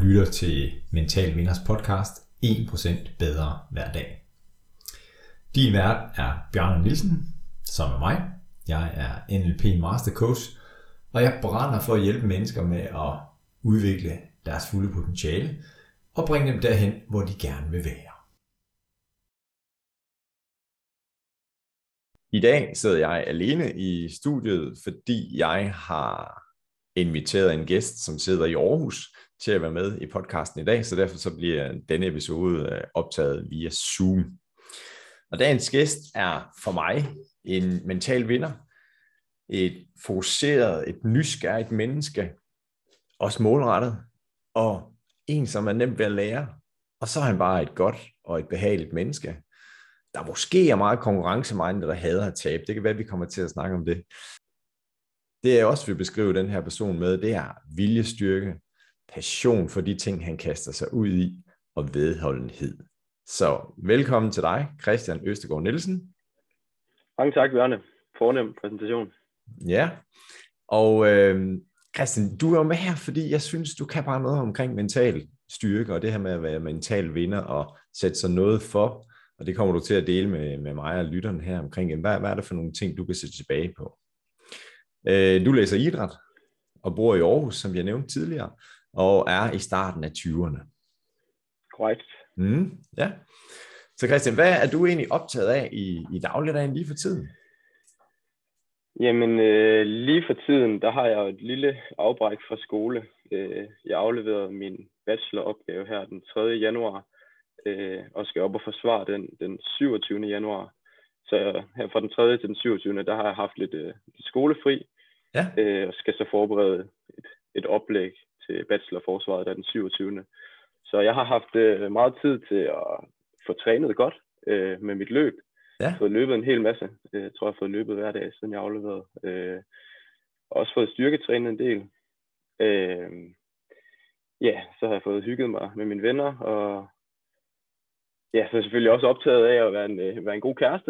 lytter til Mental Vinders podcast 1% bedre hver dag. Din vært er Bjarne Nielsen, som er mig. Jeg er NLP Master Coach, og jeg brænder for at hjælpe mennesker med at udvikle deres fulde potentiale og bringe dem derhen, hvor de gerne vil være. I dag sidder jeg alene i studiet, fordi jeg har inviteret en gæst, som sidder i Aarhus, til at være med i podcasten i dag, så derfor så bliver denne episode optaget via Zoom. Og dagens gæst er for mig en mental vinder, et fokuseret, et nysgerrigt menneske, også målrettet, og en, som er nemt ved at lære. Og så er han bare et godt og et behageligt menneske, der måske er meget konkurrencemindet, der hader at tabe. Det kan være, at vi kommer til at snakke om det. Det jeg også vil beskrive den her person med, det er viljestyrke, passion for de ting, han kaster sig ud i, og vedholdenhed. Så velkommen til dig, Christian Østergaard Nielsen. Mange tak, Bjørne. Fornem præsentation. Ja, og Christian, du er jo med her, fordi jeg synes, du kan bare noget omkring mental styrke, og det her med at være mental vinder og sætte sig noget for, og det kommer du til at dele med mig og lytterne her omkring. Hvad er det for nogle ting, du kan se tilbage på? Du læser idræt og bor i Aarhus, som jeg nævnte tidligere, og er i starten af 20'erne. Korrekt. Ja. Så Christian, hvad er du egentlig optaget af i dagligdagen lige for tiden? Jamen, lige for tiden, der har jeg et lille afbræk fra skole. Jeg afleverede min bacheloropgave her den 3. januar, og skal op og forsvare den 27. januar. Så her fra den 3. til den 27. der har jeg haft lidt skolefri, og skal så forberede et oplæg til bachelorforsvaret der den 27. Så jeg har haft meget tid til at få trænet godt med mit løb. Jeg har fået løbet en hel masse. Jeg tror, jeg har fået løbet hver dag, siden jeg afleverede. Også fået styrketrænet en del. Så har jeg fået hygget mig med mine venner, og så er jeg selvfølgelig også optaget af at være en god kæreste.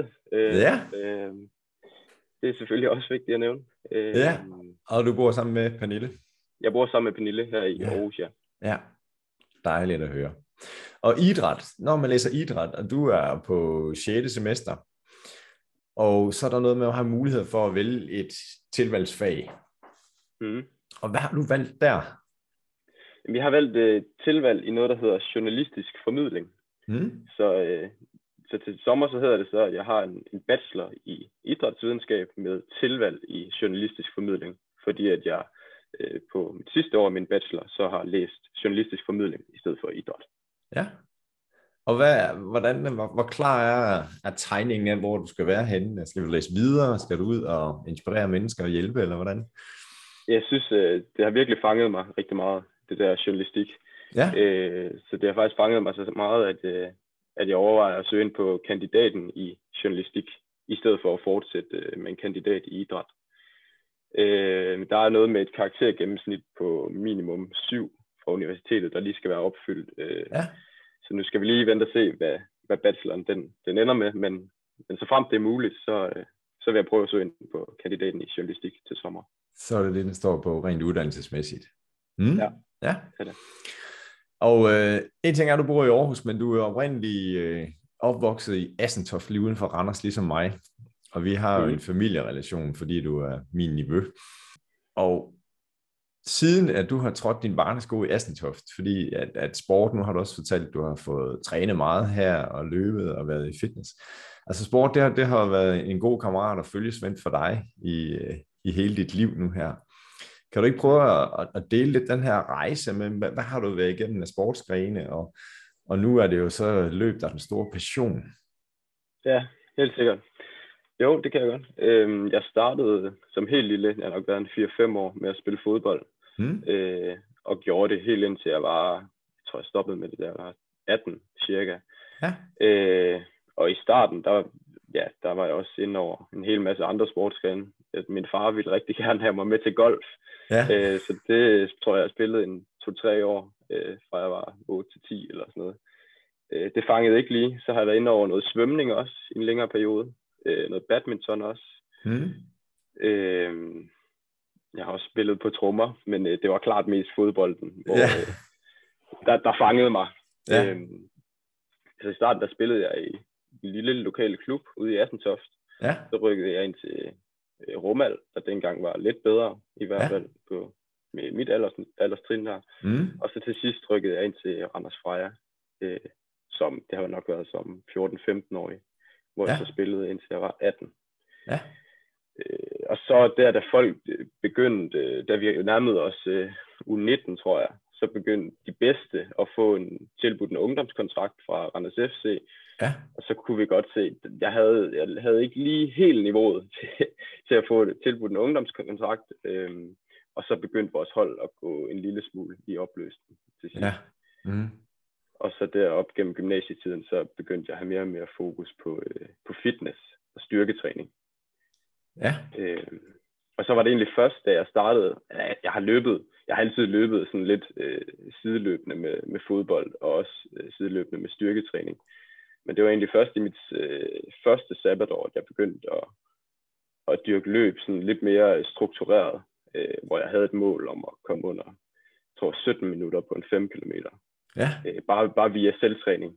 Det er selvfølgelig også vigtigt at nævne. Og du bor sammen med Pernille? Jeg bor sammen med Pernille her i Aarhus, Ja, dejligt at høre. Og idræt, når man læser idræt, og du er på 6. semester, og så er der noget med at have mulighed for at vælge et tilvalgsfag. Og hvad har du valgt der? Vi har valgt tilvalg i noget, der hedder journalistisk formidling. Så til sommer så hedder det så, at jeg har en bachelor i idrætsvidenskab med tilvalg i journalistisk formidling, fordi at jeg på mit sidste år af min bachelor så har læst journalistisk formidling i stedet for idræt. Ja. Og hvor klar er tegningen af, hvor du skal være henne? Skal du læse videre? Skal du ud og inspirere mennesker og hjælpe, eller hvordan? Jeg synes, det har virkelig fanget mig rigtig meget, det der journalistik. Så det har faktisk fanget mig så meget, at jeg overvejer at søge ind på kandidaten i journalistik, i stedet for at fortsætte med en kandidat i idræt. Der er noget med et karaktergennemsnit på minimum 7 fra universitetet, der lige skal være opfyldt. Så nu skal vi lige vente og se, hvad bacheloren den ender med, men så frem det er muligt, så vil jeg prøve at søge ind på kandidaten i journalistik til sommer. Så er det det, der står på rent uddannelsesmæssigt. Ja. Og en ting er, at du bor i Aarhus, men du er oprindeligt opvokset i Assentoft, lige uden for Randers, ligesom mig. Og vi har jo en familierelation, fordi du er min nevø. Og siden at du har trådt din barnesko i Assentoft, fordi at sport, nu har du også fortalt, at du har fået trænet meget her, og løbet og været i fitness. Altså sport, det har været en god kammerat og følgesvend for dig i hele dit liv nu her. Kan du ikke prøve at dele lidt den her rejse med, hvad har du været igennem af sportsgrene, og nu er det jo så løb, der er den store passion. Ja, helt sikkert. Jo, det kan jeg godt. Jeg startede som helt lille, jeg har nok været en 4-5 år med at spille fodbold, og gjorde det helt indtil jeg tror jeg stoppede med det der, jeg var 18 cirka. Og i starten, der var jeg også inde over en hel masse andre sportsgrene. Min far ville rigtig gerne have mig med til golf, så det tror jeg spillede en 2-3 år, fra jeg var 8-10 eller sådan noget. Det fangede ikke lige. Så har jeg været inde over noget svømning også i en længere periode. Noget badminton også. Jeg har også spillet på trommer, men det var klart mest fodbolden, der fangede mig. Ja. Så i starten, der spillede jeg i en lille lokale klub ude i Assentoft. Ja. Så rykkede jeg ind til Romal, der dengang var lidt bedre, i hvert fald med mit alderstrin der. Og så til sidst rykkede jeg ind til Randers Freja, som det har nok været som 14-15-årig, hvor jeg så spillede indtil jeg var 18. Ja. Og så da folk begyndte, da vi nærmede os U19, tror jeg, så begyndte de bedste at få tilbudt en ungdomskontrakt fra Randers FC. Ja. Og så kunne vi godt se, jeg havde ikke lige helt niveauet til at få tilbudt en ungdomskontrakt. Og så begyndte vores hold at gå en lille smule i opløsning til sidst. Ja. Og så derop gennem gymnasietiden, så begyndte jeg at have mere og mere fokus på fitness og styrketræning. Ja. Og så var det egentlig først, da jeg startede, jeg har altid løbet sådan lidt sideløbende med fodbold, og også sideløbende med styrketræning. Men det var egentlig først i mit første sabbatår, at jeg begyndte at dyrke løb sådan lidt mere struktureret, hvor jeg havde et mål om at komme under, jeg tror 17 minutter på en 5 kilometer. Ja. Bare via selvtræning.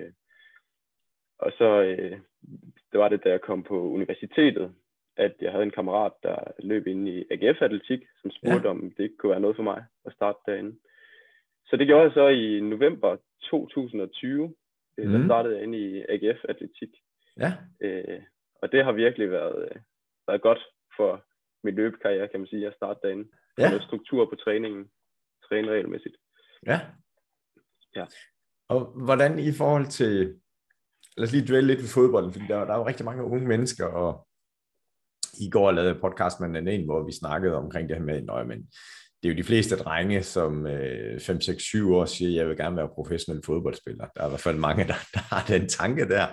Og så det var det, da jeg kom på universitetet, at jeg havde en kammerat, der løb inde i AGF-atletik, som spurgte, om det ikke kunne være noget for mig at starte derinde. Så det gjorde jeg så i november 2020. Der startede jeg inde i AGF-atletik. Ja. Og det har virkelig været godt for min løbekarriere, kan man sige, at starte derinde. Ja. Noget struktur på træningen. Træne regelmæssigt. Ja. Ja. Og hvordan i forhold til, lad os lige dvæle lidt ved fodbolden, fordi der er jo rigtig mange unge mennesker, og i går lavede jeg podcast med en, hvor vi snakkede omkring det her med, men det er jo de fleste drenge, som 5, 6, 7 år siger, jeg vil gerne være professionel fodboldspiller. Der er i hvert fald mange, der har den tanke der.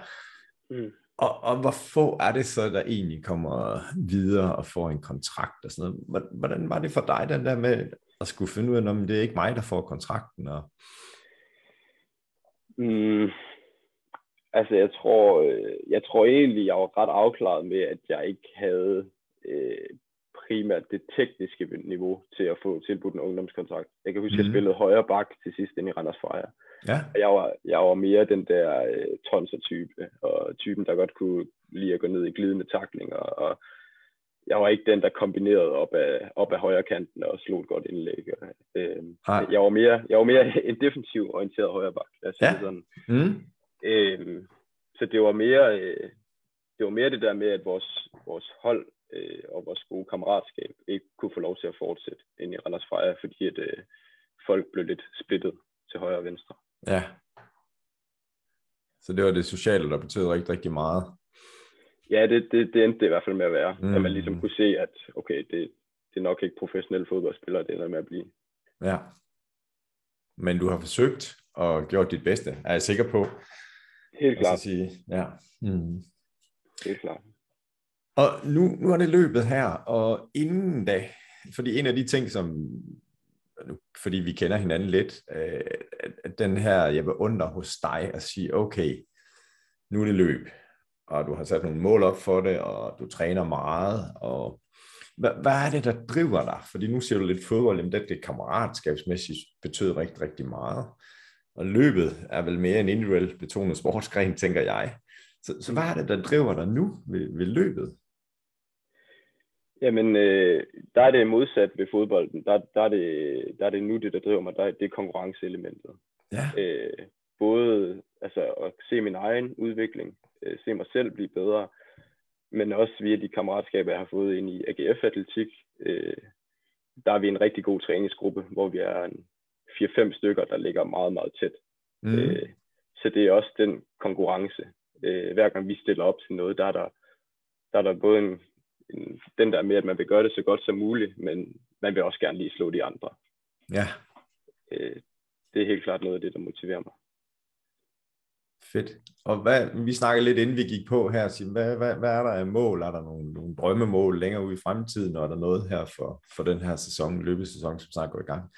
Og hvor få er det så, der egentlig kommer videre og får en kontrakt og sådan noget? Hvordan var det for dig, den der med at skulle finde ud af, om det er ikke mig, der får kontrakten? Og... Altså, jeg tror egentlig, jeg var ret afklaret med, at jeg ikke havde primært det tekniske niveau til at få tilbudt en ungdomskontrakt. Jeg kan huske, at jeg spillede højre bak til sidst inde i Randers Freja. Ja. Og jeg var mere den der tonser-type, og typen, der godt kunne lide at gå ned i glidende tacklinger, og jeg var ikke den, der kombinerede op af højre kanten og slog et godt indlæg. Jeg var mere en defensiv orienteret højre bak. Sådan. Så det var mere det der med, at vores hold og vores gode kammeratskab ikke kunne få lov til at fortsætte ind i Randers Freja, fordi at folk blev lidt splittet til højre og venstre. Ja. Så det var det sociale, der betød rigtig, rigtig meget. Ja, det endte det i hvert fald med at være. At man ligesom kunne se, at okay, det er nok ikke professionelle fodboldspillere, det ender med at blive. Ja. Men du har forsøgt og gjort dit bedste, er jeg sikker på. Helt klart. Sige, ja. Helt klart. Og nu er det løbet her, og inden da, fordi en af de ting, som, fordi vi kender hinanden lidt, den her, jeg beundrer hos dig at sige, okay, nu er det løb, og du har sat nogle mål op for det, og du træner meget, og hvad er det, der driver dig? Fordi nu siger du lidt fodbold, jamen det kammeratskabsmæssigt betyder rigtig, rigtig meget. Og løbet er vel mere en individuelt betonet sportsgren, tænker jeg. Så hvad er det, der driver dig nu ved løbet? Jamen, der er det modsat ved fodbolden. Der er det nu, det der driver mig, det er konkurrenceelementet. Ja. Både altså, at se min egen udvikling, se mig selv blive bedre, men også via de kammeratskaber, jeg har fået ind i AGF-atletik. Der er vi en rigtig god træningsgruppe, hvor vi er 4-5 stykker, der ligger meget, meget tæt. Så det er også den konkurrence. Hver gang vi stiller op til noget, der er der både den der med, at man vil gøre det så godt som muligt, men man vil også gerne lige slå de andre. Ja. Det er helt klart noget af det, der motiverer mig. Fedt. Og vi snakkede lidt inden vi gik på her, hvad er der af mål? Er der nogle drømmemål længere ude i fremtiden, og er der noget her for den her sæson, løbesæson, som snart går i gang?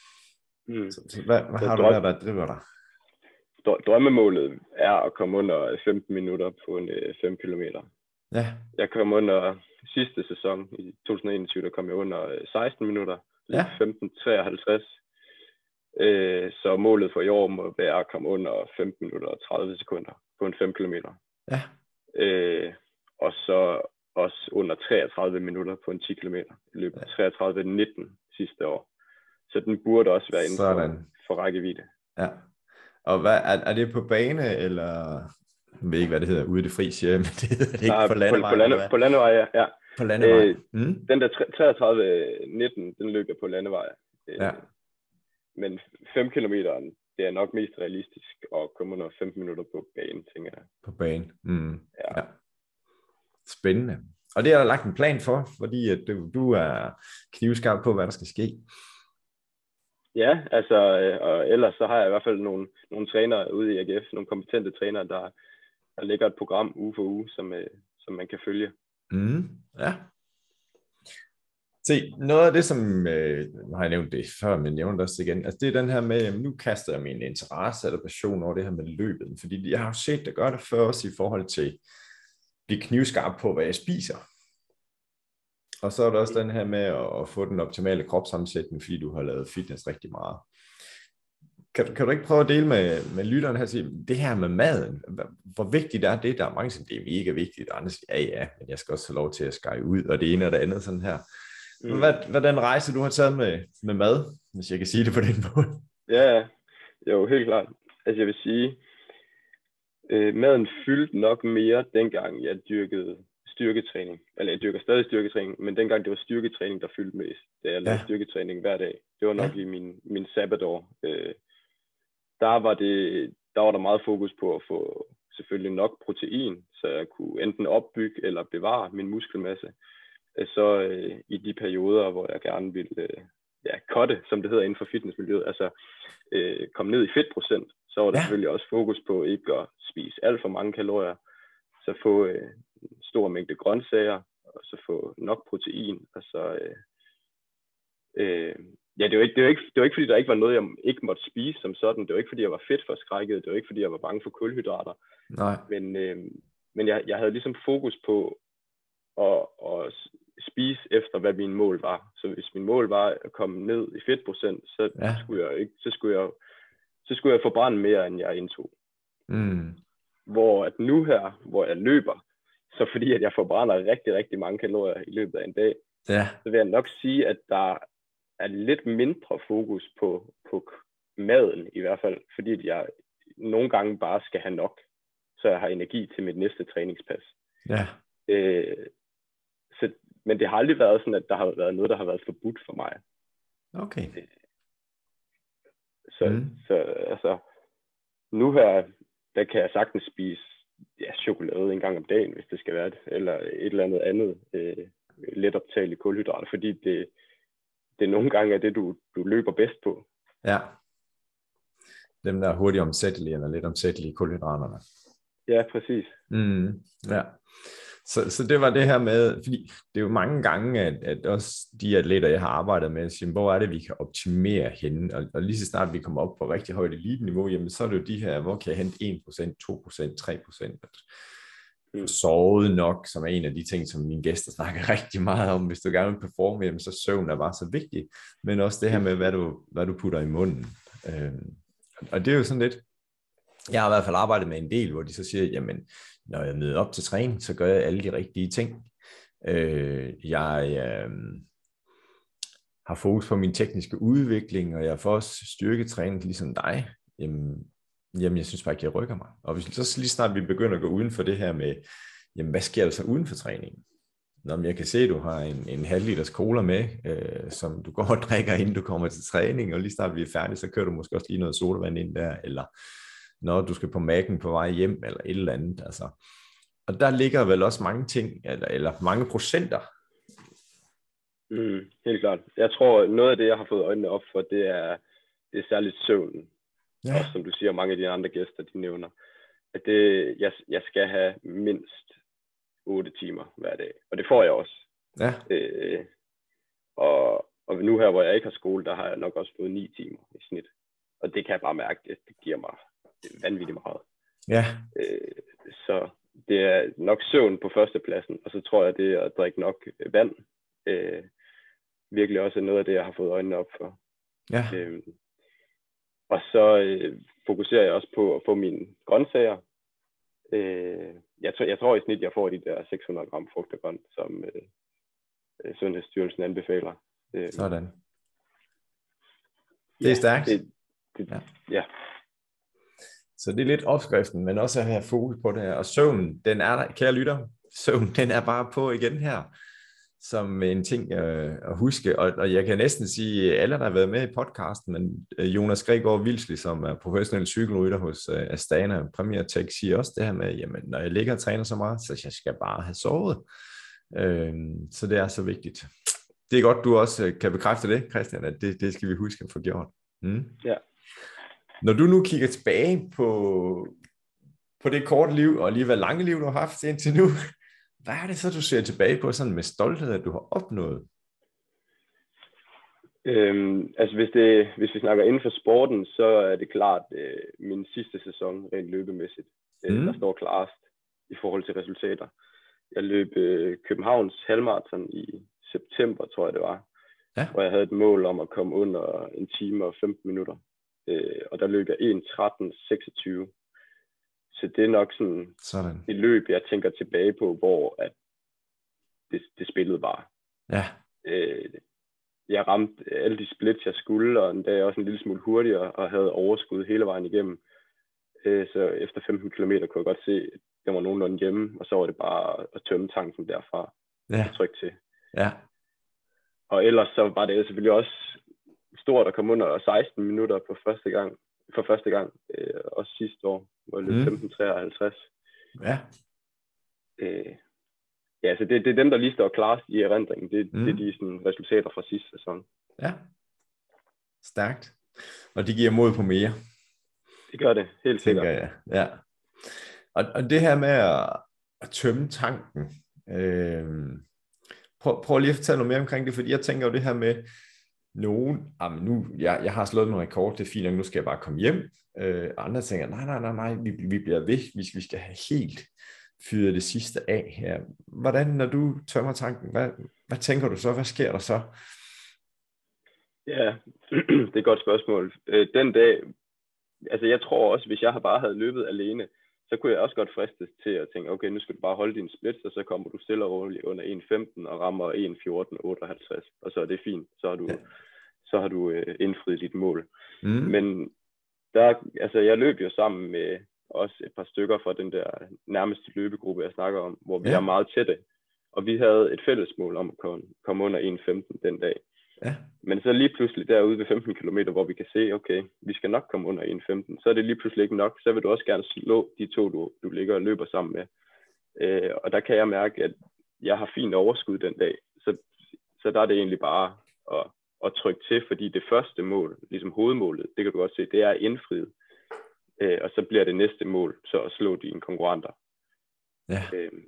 Så hvad har du der driver dig? Drømmemålet er at komme under 15 minutter på en 5 kilometer. Ja. Jeg kom under sidste sæson i 2021, der kom jeg under 16 minutter. Ja. 15:53. Så målet for i år må være at komme under 15 minutter og 30 sekunder på en 5 km. Ja. Og så også under 33 minutter på en 10 km. I løbet 33-19 sidste år. Så den burde også være inden for rækkevidde. Ja. Og hvad, er det på bane, eller jeg ved ikke, hvad det hedder, ude i det fri, siger jeg, men det hedder det ikke på landevej? På landevej, ja. På landevej. Den der 33-19, den løb jeg på landevej. Ja. Men 5 kilometeren, det er nok mest realistisk at komme under 15 minutter på bane, tænker jeg. På bane. Ja. Spændende. Og det er der lagt en plan for, fordi at du er knivskarp på, hvad der skal ske. Ja, altså, og ellers så har jeg i hvert fald nogle trænere ude i AGF, nogle kompetente trænere, der lægger et program uge for uge, som man kan følge. Ja. Se, noget af det, som, nu har jeg nævnt det før, men jeg nævner det også igen, altså det er den her med, nu kaster jeg min interesse eller passion over det her med løbet, fordi jeg har jo set dig gøre det før også i forhold til at blive knivskarp på, hvad jeg spiser. Og så er der også den her med at få den optimale kropssammensætning, fordi du har lavet fitness rigtig meget. Kan du ikke prøve at dele med lytterne her, sige, det her med maden, hvor vigtigt er det? Der er mange, som det er mega vigtigt, og andre siger, ja, men jeg skal også have lov til at skære ud, og det ene og det andet sådan her. Hvad er den rejse, du har taget med mad, hvis jeg kan sige det på den måde? Ja, jo, helt klart. Altså jeg vil sige, maden fyldte nok mere, dengang jeg dyrkede styrketræning. Eller jeg dyrker stadig styrketræning, men dengang det var styrketræning, der fyldte mest. Da jeg lavede styrketræning hver dag. Det var nok i min sabbatår. Der var der meget fokus på at få selvfølgelig nok protein, så jeg kunne enten opbygge eller bevare min muskelmasse. Så i de perioder, hvor jeg gerne ville cutte, som det hedder inden for fitnessmiljøet, altså komme ned i fedtprocent, så var der selvfølgelig også fokus på ikke at spise alt for mange kalorier, så få stor mængde grøntsager, og så få nok protein, og så det var ikke fordi der ikke var noget jeg ikke måtte spise som sådan. Det var ikke fordi jeg var fedtforskrækket, det var ikke fordi jeg var bange for kulhydrater. Nej. Men jeg havde ligesom fokus på at spise efter hvad min mål var. Så hvis min mål var at komme ned i fedtprocent, så skulle jeg forbrænde mere end jeg indtog. Hvor at nu her, hvor jeg løber, så fordi at jeg forbrænder rigtig, rigtig mange kalorier i løbet af en dag, så vil jeg nok sige, at der er lidt mindre fokus på maden i hvert fald, fordi jeg nogle gange bare skal have nok, så jeg har energi til mit næste træningspas. Ja. Men det har aldrig været sådan, at der har været noget, der har været forbudt for mig. Okay. Så altså, nu her, der kan jeg sagtens spise chokolade en gang om dagen, hvis det skal være det, eller et eller andet let optagelige kulhydrater, fordi det nogle gange er det, du løber bedst på. Ja. Dem der hurtigt omsættelige, eller lidt omsættelige kulhydraterne. Ja, præcis. Ja. Så det var det her med, fordi det er jo mange gange, at også de atleter, jeg har arbejdet med, siger, hvor er det, vi kan optimere henne, og lige så snart vi kommer op på rigtig højt elite-niveau, jamen så er det jo de her, hvor kan jeg hente 1%, 2%, 3%, sovet nok, som er en af de ting, som mine gæster snakker rigtig meget om, hvis du gerne vil performe, jamen så søvn er bare så vigtig, men også det her med, hvad du putter i munden, og det er jo sådan lidt, jeg har i hvert fald arbejdet med en del, hvor de så siger, jamen, når jeg møder op til træning, så gør jeg alle de rigtige ting. Jeg har fokus på min tekniske udvikling, og jeg får også styrketræning ligesom dig. Jamen, jeg synes bare ikke, jeg rykker mig. Og hvis så lige snart vi begynder at gå uden for det her med, jamen, hvad sker der så uden for træningen? Når jeg kan se, at du har en halv liters cola med, som du går og drikker, inden du kommer til træning, og lige snart vi er færdige, så kører du måske også lige noget sodavand ind der, eller når du skal på Mac'en på vej hjem, eller et eller andet. Altså. Og der ligger vel også mange ting, eller mange procenter. Helt klart. Jeg tror, noget af det, jeg har fået øjnene op for, det er særligt søvnen. Ja. Også som du siger, mange af de andre gæster, de nævner. At jeg skal have mindst 8 timer hver dag. Og det får jeg også. Ja. Og nu her, hvor jeg ikke har skole, der har jeg nok også fået 9 timer i snit. Og det kan jeg bare mærke, det giver mig vanvittigt meget. Ja. Så det er nok søvn på førstepladsen, og så tror jeg, det at drikke nok vand virkelig også er noget af det, jeg har fået øjnene op for. Ja. Og så fokuserer jeg også på at få mine grøntsager. Jeg tror i snit, jeg får de der 600 gram frugt og grønt, som Sundhedsstyrelsen anbefaler. Sådan. Det er stærkt. Ja. Så det er lidt opskriften, men også at have fokus på det her. Og søvn, den er der, kære lytter, søvn, den er bare på igen her, som en ting at huske. Og jeg kan næsten sige, alle der har været med i podcasten, men Jonas Gregor Vilsli, som er professionel cykelrytter hos Astana Premier Tech, siger også det her med, jamen når jeg ligger og træner så meget, så jeg skal bare have sovet. Så det er så vigtigt. Det er godt, du også kan bekræfte det, Christian, at det skal vi huske at få gjort. Ja. Når du nu kigger tilbage på det korte liv, og alligevel lange liv, du har haft indtil nu, hvad er det så, du ser tilbage på sådan med stolthed, at du har opnået? Altså hvis vi snakker inden for sporten, så er det klart min sidste sæson rent løbemæssigt, der står klarest i forhold til resultater. Jeg løb Københavns halvmarathon i september, tror jeg det var, hvor jeg havde et mål om at komme under 1 time og 15 minutter. Og der løb jeg 1:13:26. Så det er nok sådan et løb, jeg tænker tilbage på, hvor at det spillede bare. Ja. Jeg ramte alle de splits, jeg skulle, og endda også en lille smule hurtigere, og havde overskud hele vejen igennem. Så efter 15 kilometer kunne jeg godt se, at jeg var nogenlunde hjemme, og så var det bare at tømme tanken derfra. Ja. Og trykke til. Ja. Og ellers så var det selvfølgelig også stort at komme under 16 minutter for første gang, også sidste år, hvor jeg løb 15:53. Ja. Ja, så det er dem, der lige står klarest i erindringen. Det er de sådan, resultater fra sidste sæson. Ja. Stærkt. Og det giver mod på mere. Det gør det, helt sikkert. Jeg. Ja. Og det her med at tømme tanken. Prøv lige at fortælle noget mere omkring det, fordi jeg tænker jo det her med jeg har slået en rekord, det er fint, nu skal jeg bare komme hjem. Andre tænker, nej, vi bliver ved, hvis vi skal have helt fyret det sidste af her. Hvordan, når du tømmer tanken, hvad tænker du så? Hvad sker der så? Ja, det er et godt spørgsmål. Den dag, altså jeg tror også, hvis jeg bare havde løbet alene, så kunne jeg også godt fristes til at tænke, okay, nu skal du bare holde din splits, og så kommer du stille og roligt under 1:15 og rammer 1:14:58, og så er det fint. Så har du indfriet dit mål. Men jeg løb jo sammen med også et par stykker fra den der nærmeste løbegruppe, jeg snakker om, hvor vi er meget tætte. Og vi havde et fælles mål om at komme under 1:15 den dag. Ja. Men så lige pludselig derude ved 15 km, hvor vi kan se, okay, vi skal nok komme under 1:15, så er det lige pludselig ikke nok. Så vil du også gerne slå de to, du ligger og løber sammen med. Og der kan jeg mærke, at jeg har fint overskud den dag. Så der er det egentlig bare at trykke til, fordi det første mål, ligesom hovedmålet, det kan du godt se, det er indfriet. Og så bliver det næste mål, så at slå dine konkurrenter. Ja.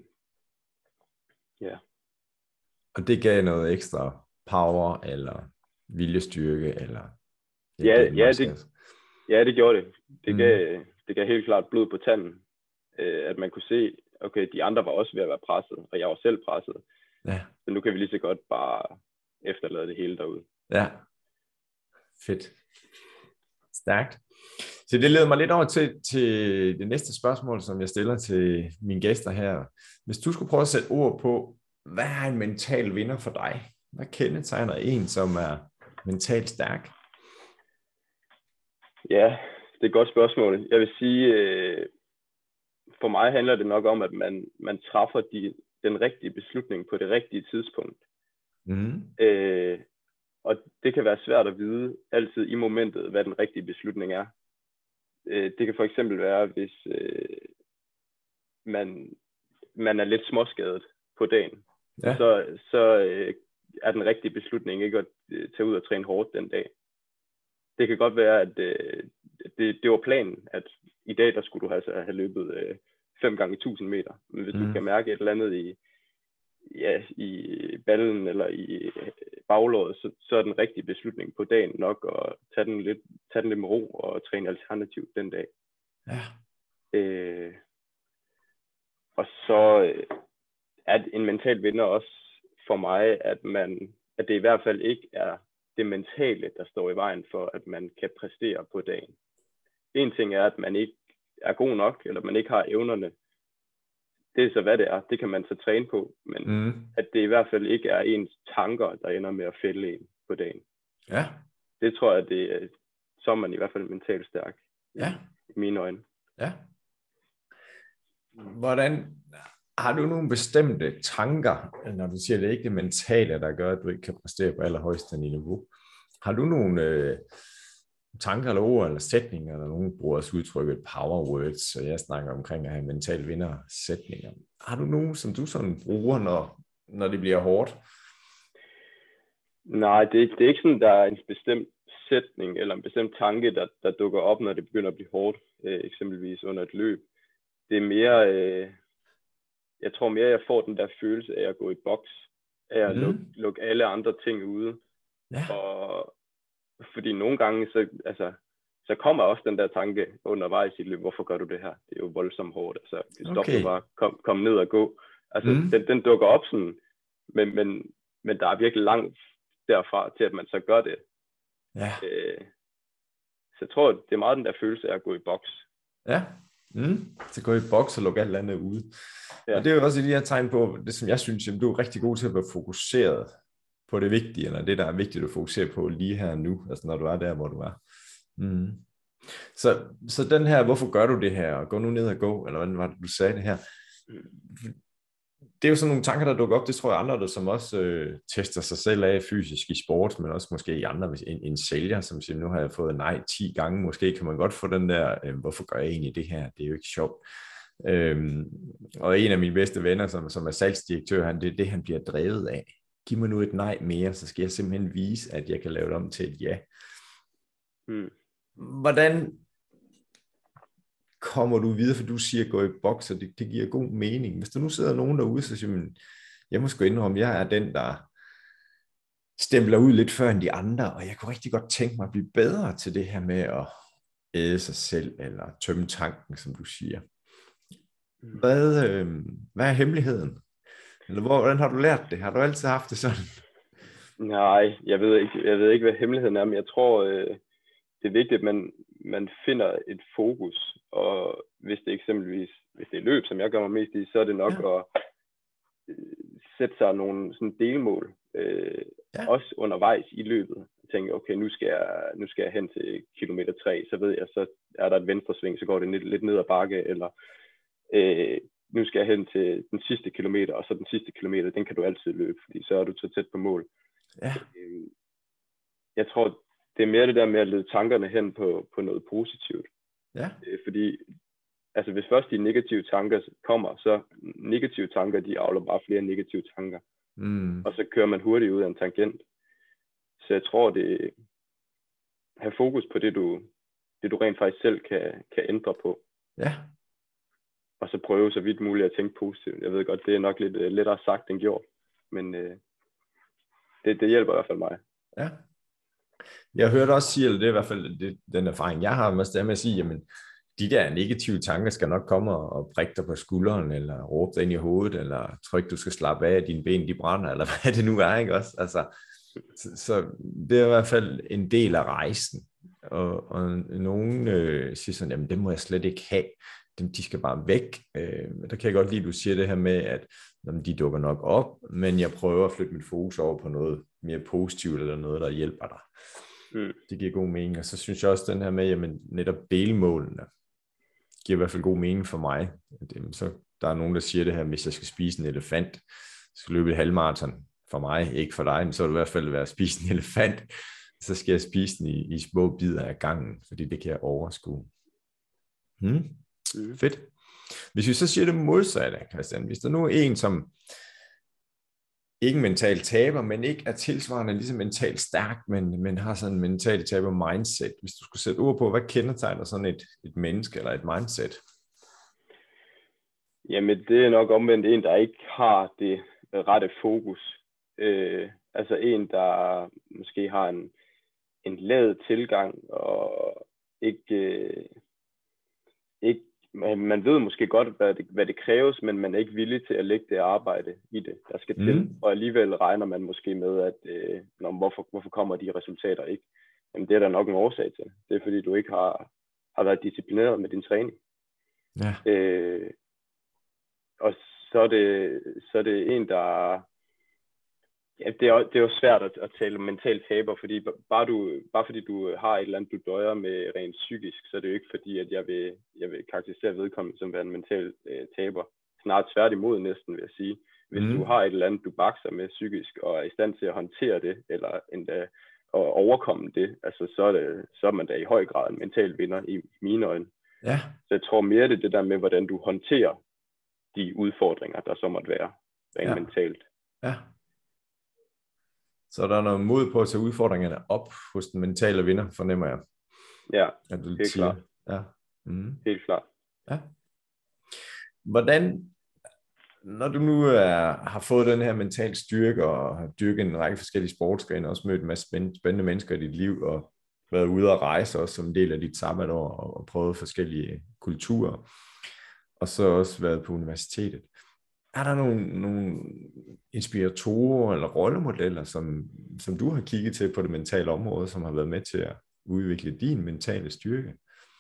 Ja. Og det gav noget ekstra power, eller viljestyrke, eller... Det gjorde det. Det gav helt klart blod på tanden. At man kunne se, okay, de andre var også ved at være presset, og jeg var selv presset. Ja. Så nu kan vi lige så godt bare efterlade det hele derude. Ja. Fedt. Stærkt. Så det leder mig lidt over til det næste spørgsmål, som jeg stiller til mine gæster her. Hvis du skulle prøve at sætte ord på, hvad er en mental vinder for dig? Hvad kendetegner en, som er mentalt stærk? Ja, det er et godt spørgsmål. Jeg vil sige, for mig handler det nok om, at man træffer den rigtige beslutning på det rigtige tidspunkt. Og det kan være svært at vide altid i momentet, hvad den rigtige beslutning er. Det kan for eksempel være, hvis man er lidt småskadet på dagen. Ja. Så er den rigtige beslutning ikke at tage ud og træne hårdt den dag. Det kan godt være, at det var planen, at i dag der skulle du have løbet 5 gange 1000 meter. Men hvis du kan mærke et eller andet i ballen eller i baglåret, så er den rigtige beslutning på dagen nok at tage den lidt med ro og træne alternativt den dag. Ja. Og så er en mental vinder også for mig, at det i hvert fald ikke er det mentale, der står i vejen for, at man kan præstere på dagen. En ting er, at man ikke er god nok, eller man ikke har evnerne. Det er så, hvad det er. Det kan man så træne på. Men at det i hvert fald ikke er ens tanker, der ender med at fælde en på dagen. Ja. Det tror jeg, så er man i hvert fald mentalt stærk. Ja. I mine øjne. Ja. Hvordan har du nogle bestemte tanker, når du siger, det er ikke det mentale, der gør, at du ikke kan præstere på allerhøjeste niveau? Har du nogle tanker eller ord eller sætninger, eller nogen bruger også udtrykket power words, og jeg snakker omkring at have mental vinder sætninger. Har du nogen, som du sådan bruger, når det bliver hårdt? Nej, det er ikke sådan, der er en bestemt sætning eller en bestemt tanke, der dukker op, når det begynder at blive hårdt, eksempelvis under et løb. Det er mere, jeg tror mere, jeg får den der følelse af at gå i boks, af at lukke alle andre ting ude. Ja. Og fordi nogle gange, så kommer også den der tanke undervejs i løbet, hvorfor gør du det her? Det er jo voldsomt hårdt. Altså, stop nu bare, kom ned og gå. Altså, den dukker op sådan, men der er virkelig langt derfra til, at man så gør det. Ja. Så jeg tror, det er meget den der følelse af at gå i boks. Ja, så gå i boks og lukke alt andet ude. Ja. Og det er jo også de her tegn på, det som jeg synes, at du er rigtig god til at være fokuseret på det vigtige, eller det, der er vigtigt at fokusere på lige her nu, altså når du er der, hvor du er. Så den her, hvorfor gør du det her, og gå nu ned og gå, eller hvordan var det, du sagde det her? Det er jo sådan nogle tanker, der dukker op, det tror jeg andre, der som også tester sig selv af fysisk i sport, men også måske i andre, hvis en sælger, som siger, nu har jeg fået nej 10 gange, måske kan man godt få den der, hvorfor gør jeg egentlig det her, det er jo ikke sjovt. Og en af mine bedste venner, som er salgsdirektør, det er det, han bliver drevet af. Giv mig nu et nej mere, så skal jeg simpelthen vise, at jeg kan lave det om til et ja. Hvordan kommer du videre, for du siger gå i boks, og det giver god mening. Hvis der nu sidder nogen derude, så siger man, jeg må sgu indrømme, jeg er den, der stempler ud lidt før end de andre, og jeg kunne rigtig godt tænke mig at blive bedre til det her med at æde sig selv, eller tømme tanken, som du siger. Hvad er hemmeligheden? Eller hvordan har du lært det? Har du altid haft det sådan? Nej, jeg ved ikke, hvad hemmeligheden er, men jeg tror, det er vigtigt, at man finder et fokus, og hvis det eksempelvis, hvis det er løb, som jeg gør mig mest i, så er det nok at sætte sig nogle sådan delmål, også undervejs i løbet. Jeg tænker, okay, nu skal jeg hen til kilometer 3, så ved jeg, så er der et venstresving, så går det lidt ned ad bakke, eller nu skal jeg hen til den sidste kilometer, og så den sidste kilometer, den kan du altid løbe, fordi så er du så tæt på mål. Ja. Jeg tror, det er mere det der med at lede tankerne hen på noget positivt. Ja. Fordi altså hvis først de negative tanker kommer, så negative tanker, de avler bare flere negative tanker. Og så kører man hurtigt ud af en tangent. Så jeg tror, det have fokus på det du rent faktisk selv kan ændre på. Ja. Og så prøve så vidt muligt at tænke positivt. Jeg ved godt, det er nok lidt lettere sagt end gjort. Men det hjælper i hvert fald mig. Ja. Jeg hørte også sige, eller det er i hvert fald den erfaring, jeg har med at sige, jamen, de der negative tanker skal nok komme og prikke dig på skulderen, eller råbe dig ind i hovedet, eller trykke, du skal slappe af, dine ben de brænder, eller hvad det nu er, ikke også? Altså, så det er i hvert fald en del af rejsen. Og nogen siger sådan, jamen det må jeg slet ikke have. De skal bare væk. Der kan jeg godt lide, at du siger det her med, at de dukker nok op, men jeg prøver at flytte mit fokus over på noget mere positivt, eller noget, der hjælper dig. Det giver god mening. Og så synes jeg også den her med, jamen netop delmålene giver i hvert fald god mening for mig. Så der er nogen, der siger det her, hvis jeg skal spise en elefant, skal løbe et halvmaraton for mig, ikke for dig, men så vil det i hvert fald være at spise en elefant, så skal jeg spise den i små bidder af gangen, fordi det kan jeg overskue. Fedt. Hvis vi så siger det modsatte, Christian, hvis der nu er en, som ikke mentalt taber, men ikke er tilsvarende ligesom mentalt stærk, men har sådan en mentalt taber mindset. Hvis du skulle sætte ord på, hvad kendetegner sådan et menneske eller et mindset? Jamen, det er nok omvendt en, der ikke har det rette fokus. Altså en, der måske har en ladet tilgang, og ikke man ved måske godt, hvad det kræves, men man er ikke villig til at lægge det arbejde i det, der skal til. Og alligevel regner man måske med, at hvorfor kommer de resultater ikke? Jamen det er der nok en årsag til. Det er fordi, du ikke har været disciplineret med din træning. Ja. Og så er det en, der... Ja, det er jo svært at tale mental taber, fordi bare fordi du har et eller andet, du døjer med rent psykisk, så er det jo ikke fordi, at jeg vil karakterisere vedkommende som en mental taber. Snart tværtimod næsten, vil jeg sige. Hvis du har et eller andet, du bakser med psykisk, og er i stand til at håndtere det, eller endda at overkomme det, altså så er man da i høj grad en mental vinder i mine øjne. Ja. Så jeg tror mere, det er det der med, hvordan du håndterer de udfordringer, der så måtte være rent mentalt. Ja. Så der er noget mod på at tage udfordringerne op hos den mentale vinder, fornemmer jeg. Ja, helt klart. Ja. Helt klart. Ja. Hvordan, når du nu har fået den her mental styrke, og har dyrket en række forskellige sportsgrene, og også mødt en masse spændende mennesker i dit liv, og været ude at rejse også som en del af dit sabbatår, og prøvet forskellige kulturer, og så også været på universitetet. Er der nogle inspiratorer eller rollemodeller, som du har kigget til på det mentale område, som har været med til at udvikle din mentale styrke?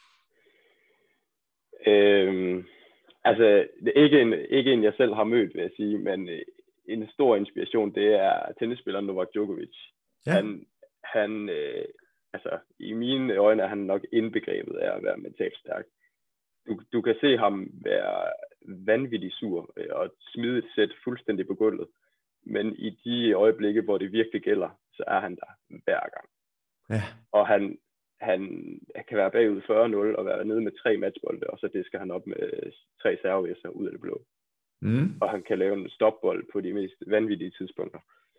Altså, ikke en, jeg selv har mødt, vil jeg sige, men en stor inspiration, det er tennisspilleren Novak Djokovic. Ja. Han altså, i mine øjne er han nok indbegrebet af at være mentalt stærk. Du kan se ham være vanvittigt sur og smide et sæt fuldstændig på gulvet. Men i de øjeblikke, hvor det virkelig gælder, så er han der hver gang. Ja. Og han kan være bagud 40-0 og være nede med 3 matchbolde, og så det skal han op med 3 servevæsser ud af det blå. Og han kan lave en stopbold på de mest vanvittige tidspunkter.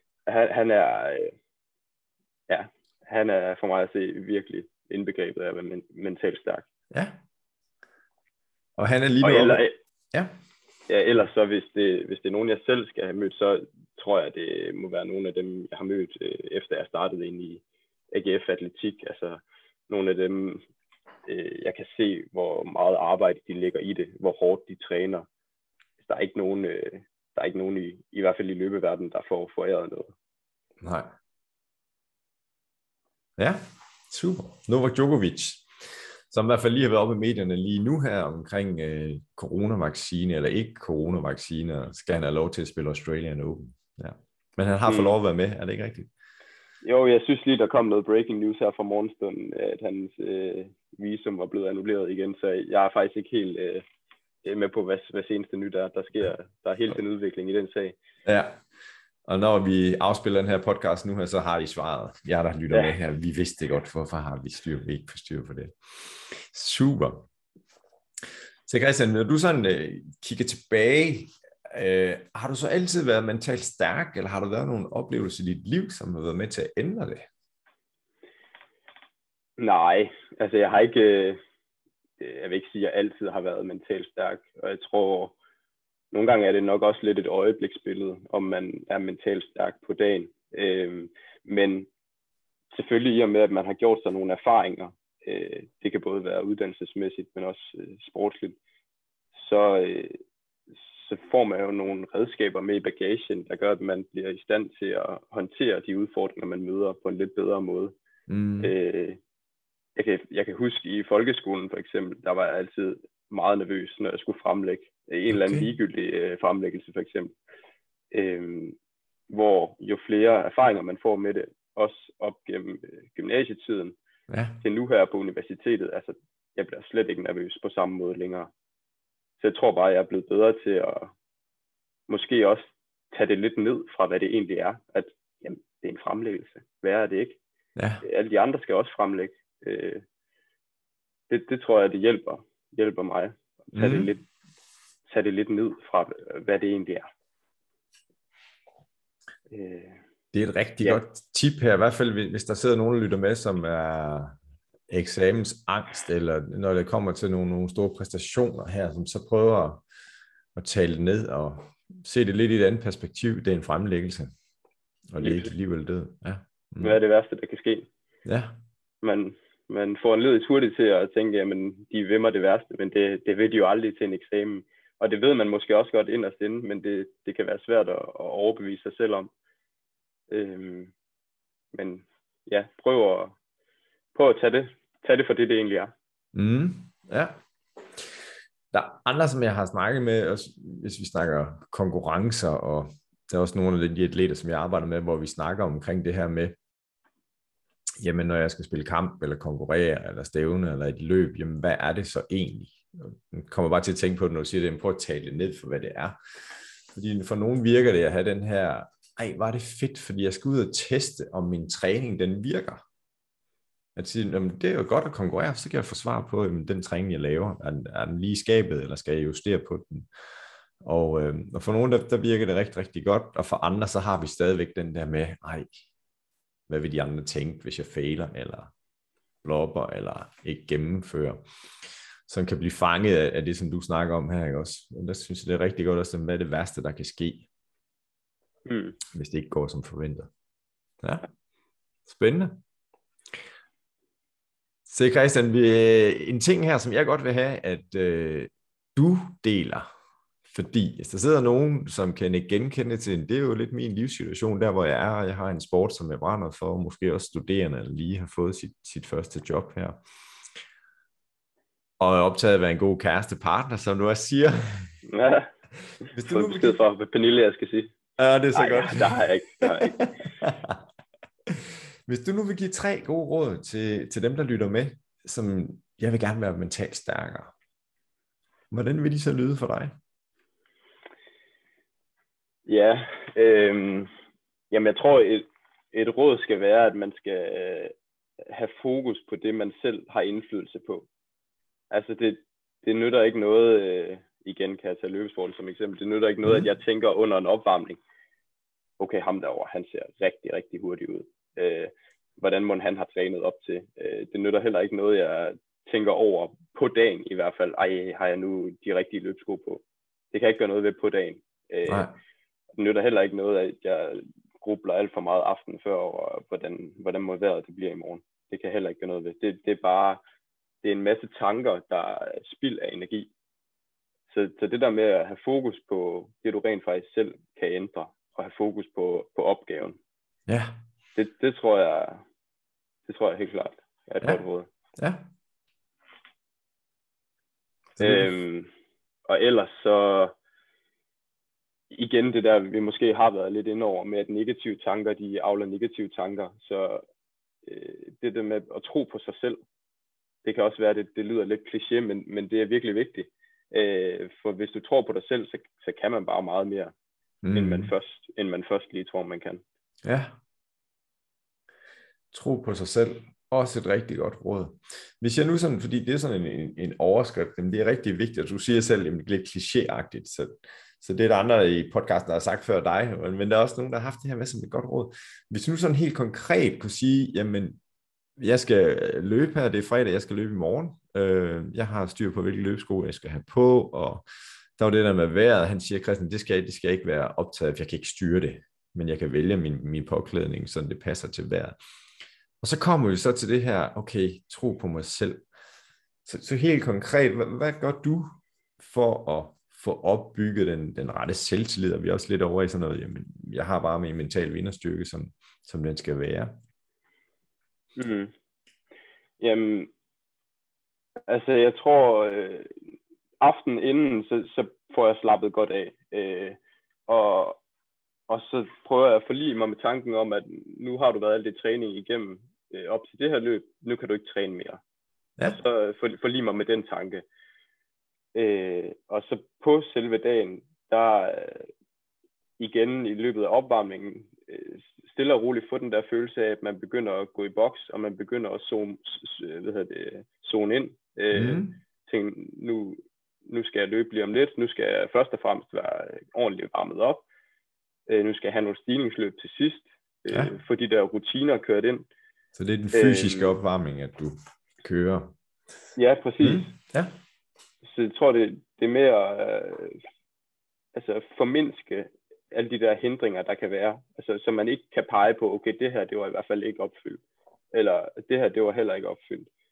Han er for mig at se virkelig indbegrebet af at være mentalt stærk. Ja. Og han er lige nu Ja, ellers så hvis det er nogen, jeg selv skal have mødt, så tror jeg, det må være nogle af dem, jeg har mødt, efter jeg startede ind i AGF Atletik. Altså nogle af dem, jeg kan se, hvor meget arbejde de lægger i det, hvor hårdt de træner. Der er ikke nogen i hvert fald i løbeverdenen, der får foræret noget. Nej. Ja, super. Novak Djokovic, som i hvert fald lige har været oppe i medierne lige nu her omkring coronavaccine eller ikke coronavacciner, skal han have lov til at spille Australian Open. Ja. Men han har fået lov at være med, er det ikke rigtigt? Jo, jeg synes lige, der kom noget breaking news her fra morgenstunden, at hans visum var blevet annulleret igen, så jeg er faktisk ikke helt med på, hvad seneste nyt er. Der er helt en udvikling i den sag. Ja, og når vi afspiller den her podcast nu her, så har I svaret. Jeg der lytter med her, vi vidste det godt, hvorfor har vi ikke får styr på det. Super. Så Christian, når du sådan kigger tilbage, har du så altid været mentalt stærk, eller har der været nogle oplevelser i dit liv, som har været med til at ændre det? Nej, altså jeg har ikke, jeg vil ikke sige, at jeg altid har været mentalt stærk, og jeg tror, nogle gange er det nok også lidt et øjebliksbillede, om man er mentalt stærk på dagen. Men selvfølgelig i og med, at man har gjort sig nogle erfaringer, det kan både være uddannelsesmæssigt, men også sportsligt, så får man jo nogle redskaber med i bagagen, der gør, at man bliver i stand til at håndtere de udfordringer, man møder på en lidt bedre måde. Jeg kan huske i folkeskolen for eksempel, der var jeg altid meget nervøs, når jeg skulle fremlægge en eller anden ligegyldig fremlæggelse for eksempel. Hvor jo flere erfaringer man får med det, også op gennem gymnasietiden, til nu her på universitetet, altså jeg bliver slet ikke nervøs på samme måde længere. Så jeg tror bare, jeg er blevet bedre til at måske også tage det lidt ned fra, hvad det egentlig er, at jamen, det er en fremlæggelse. Hvad er det ikke? Ja. Alle de andre skal også fremlægge. Det tror jeg, det hjælper mig at tage det lidt ned fra, hvad det egentlig er. Det er et rigtig godt tip her, i hvert fald hvis der sidder nogen, der lytter med, som er eksamensangst, eller når det kommer til nogle store præstationer her, som så prøver at tale det ned og se det lidt i et andet perspektiv. Det er en fremlæggelse, og det er ikke liv eller død. Ja. Hvad er det værste, der kan ske? Ja. man får en ledigt hurtigt til at tænke, jamen de vil mig det værste, men det vil de jo aldrig til en eksamen. Og det ved man måske også godt inderst inde, men det kan være svært at overbevise sig selv om. Men ja, prøv at tage det for det egentlig er. Ja. Der er andre, som jeg har snakket med, også hvis vi snakker konkurrencer, og der er også nogle af de atleter, som jeg arbejder med, hvor vi snakker omkring det her med, jamen når jeg skal spille kamp, eller konkurrere, eller stævne, eller et løb, jamen hvad er det så egentlig? Jeg kommer bare til at tænke på det, når du siger det, prøv at tale det ned for, hvad det er. Fordi for nogen virker det at have den her, var det fedt, fordi jeg skal ud og teste, om min træning, den virker. At sige, jamen, det er jo godt at konkurrere, så kan jeg få svar på, jamen, den træning, jeg laver, er den lige i skabet, eller skal jeg justere på den? Og for nogen, der virker det rigtig, rigtig godt, og for andre, så har vi stadigvæk den der med, hvad vil de andre tænke, hvis jeg fejler, eller blopper, eller ikke gennemfører, som kan blive fanget af det, som du snakker om her, ikke også? Og der synes jeg, det er rigtig godt også, hvad er det værste, der kan ske, hvis det ikke går som forventet. Ja, spændende. Så Christian, en ting her, som jeg godt vil have, at du deler, fordi hvis der sidder nogen, som kan ikke genkende til, det er jo lidt min livssituation, der hvor jeg er, og jeg har en sport, som jeg brænder for, måske også studerende, eller lige har fået sit første job her, og er optaget af at være en god kærestepartner, som du også siger. Ja, hvis du nu besked for, hvad Pernille jeg skal sige. Ja, det er så godt. Der har jeg ikke. Hvis du nu vil give 3 gode råd til dem, der lytter med, som jeg vil gerne være mentalt stærkere, hvordan vil de så lyde for dig? Ja, jamen jeg tror, et råd skal være, at man skal have fokus på det, man selv har indflydelse på. Altså det nytter ikke noget, igen kan jeg tage løbesport som eksempel, det nytter ikke noget, at jeg tænker under en opvarmning, okay, ham derovre, han ser rigtig, rigtig hurtigt ud. Hvordan må han have trænet op til? Det nytter heller ikke noget, jeg tænker over på dagen i hvert fald. Har jeg nu de rigtige løbsko på? Det kan jeg ikke gøre noget ved på dagen. Det nytter heller ikke noget, at jeg grubler alt for meget aften før over, hvordan må vejret det bliver i morgen. Det kan jeg heller ikke gøre noget ved. Det er bare, det er en masse tanker, der er spild af energi. Så det der med at have fokus på det, du rent faktisk selv kan ændre, og have fokus på opgaven. Ja. Det tror jeg helt klart er et godt råd. Ja. Og ellers så igen det der, vi måske har været lidt inde over, med at negative tanker, de avler negative tanker. Så det der med at tro på sig selv, det kan også være, det lyder lidt kliché, men det er virkelig vigtigt. For hvis du tror på dig selv, så kan man bare meget mere, end man først lige tror, man kan. Ja. Tro på sig selv. Også et rigtig godt råd. Hvis jeg nu sådan, fordi det er sådan en overskrift, men det er rigtig vigtigt, at du siger selv, at det er lidt klichéagtigt, så det er der andre i podcasten, der har sagt før dig, men der er også nogen, der har haft det her med som et godt råd. Hvis du nu sådan helt konkret kunne sige, jamen, jeg skal løbe her, det er fredag, jeg skal løbe i morgen, jeg har styr på, hvilke løbesko jeg skal have på, og der var det der med vejret, han siger, Christian, det skal ikke være optaget, for jeg kan ikke styre det, men jeg kan vælge min påklædning, så det passer til vejret. Og så kommer vi så til det her, okay, tro på mig selv. Så helt konkret, hvad gør du for at få opbygget den rette selvtillid? Og vi er også lidt over i sådan noget, jamen, jeg har bare min mental vinderstyrke, som den skal være. Jamen, altså jeg tror, aftenen inden, så får jeg slappet godt af. Og så prøver jeg at forlige mig med tanken om, at nu har du været alt det træning igennem op til det her løb, nu kan du ikke træne mere. Ja. Og så forlige mig med den tanke. Og så på selve dagen, der igen i løbet af opvarmningen, stille og roligt få den der følelse af, at man begynder at gå i boks, og man begynder at zone ind. Tænke, nu skal jeg løbe lige om lidt, nu skal jeg først og fremmest være ordentligt varmet op. Nu skal jeg have nogle stigningsløb til sidst, få de der rutiner kørt ind. Så det er den fysiske opvarmning, at du kører? Ja, præcis. Ja. Så jeg tror, det er mere at formindske alle de der hindringer, der kan være. Altså, så man ikke kan pege på, okay, det her, det var i hvert fald ikke opfyldt. Eller det her, det var heller ikke opfyldt.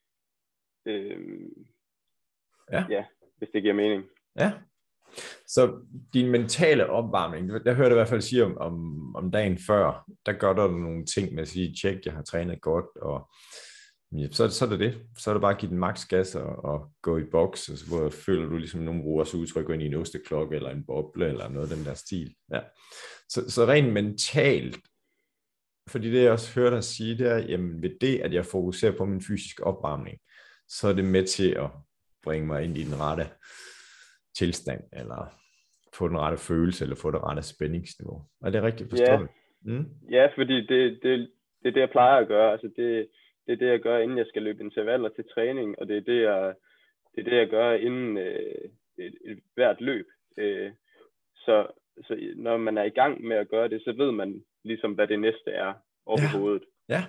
Ja, hvis det giver mening. Ja. Så din mentale opvarmning, der hørte jeg i hvert fald sige om dagen før, der gør der nogle ting med at sige, tjek, jeg har trænet godt, og ja, så er det det. Så er det bare at give den maks gas og gå i boks, og så hvor føler du ligesom, nogen bruger så udtryk ind i en osteklokke, eller en boble, eller noget af den der stil. Ja. Så rent mentalt, fordi det jeg også hørte dig sige, det er, jamen ved det, at jeg fokuserer på min fysiske opvarmning, så er det med til at bringe mig ind i den rette tilstand, eller få den rette følelse, eller få det rette spændingsniveau. Er det rigtigt forstået? Ja, fordi det er det, jeg plejer at gøre. Altså det er det, jeg gør, inden jeg skal løbe intervaller til træning, og det er det, jeg gør inden hvert løb. Så når man er i gang med at gøre det, så ved man ligesom, hvad det næste er oppe i hovedet. Ja.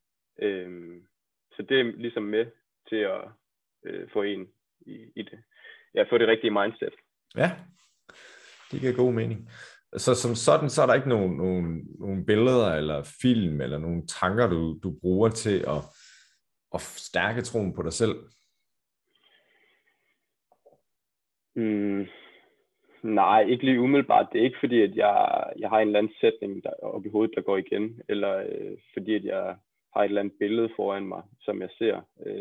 Så det er ligesom med til at få en i det. Ja, få det rigtige mindset. Ja, det giver god mening. Så som sådan, så er der ikke nogen billeder eller film eller nogle tanker, du bruger til at stærke troen på dig selv? Nej, ikke lige umiddelbart. Det er ikke fordi, at jeg har en eller anden sætning oppe i hovedet, der går igen, eller fordi, at jeg har et eller andet billede foran mig, som jeg ser.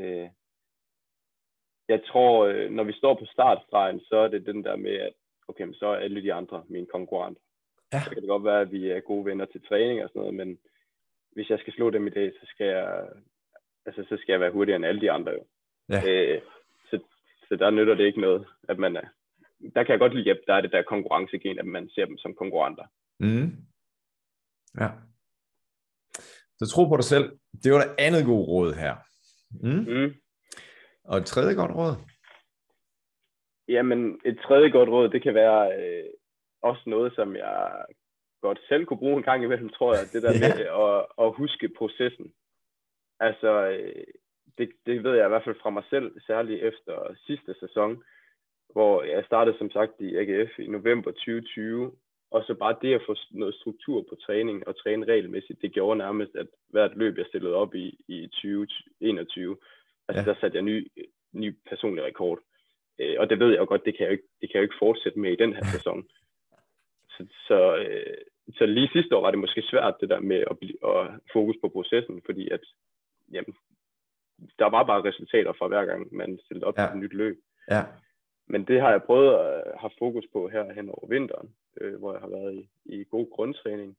Jeg tror, når vi står på startstregen, så er det den der med, at okay, så er alle de andre mine konkurrenter. Ja. Så kan det godt være, at vi er gode venner til træning og sådan noget, men hvis jeg skal slå dem i dag, så skal jeg være hurtigere end alle de andre jo. Ja. Så der nytter det ikke noget, at man er. Der kan jeg godt lide, at der er det der konkurrencegen, at man ser dem som konkurrenter. Ja. Så tro på dig selv. Det var det andet gode råd her. Og et tredje godt råd? Jamen, et tredje godt råd, det kan være også noget, som jeg godt selv kunne bruge en gang imellem, tror jeg. Det der med at huske processen. Altså, det ved jeg i hvert fald fra mig selv, særligt efter sidste sæson, hvor jeg startede som sagt i AGF i november 2020, og så bare det at få noget struktur på træning og træne regelmæssigt, det gjorde nærmest, at hvert løb, jeg stillede op i 2021, altså der satte jeg ny personlig rekord. Og det ved jeg jo godt, det kan jeg jo ikke fortsætte med i den her sæson. Så lige sidste år var det måske svært, det der med at fokus på processen, fordi at jamen, der var bare resultater fra hver gang, man stillede op til et nyt løb. Ja. Men det har jeg prøvet at have fokus på her hen over vinteren, hvor jeg har været i god grundtræning.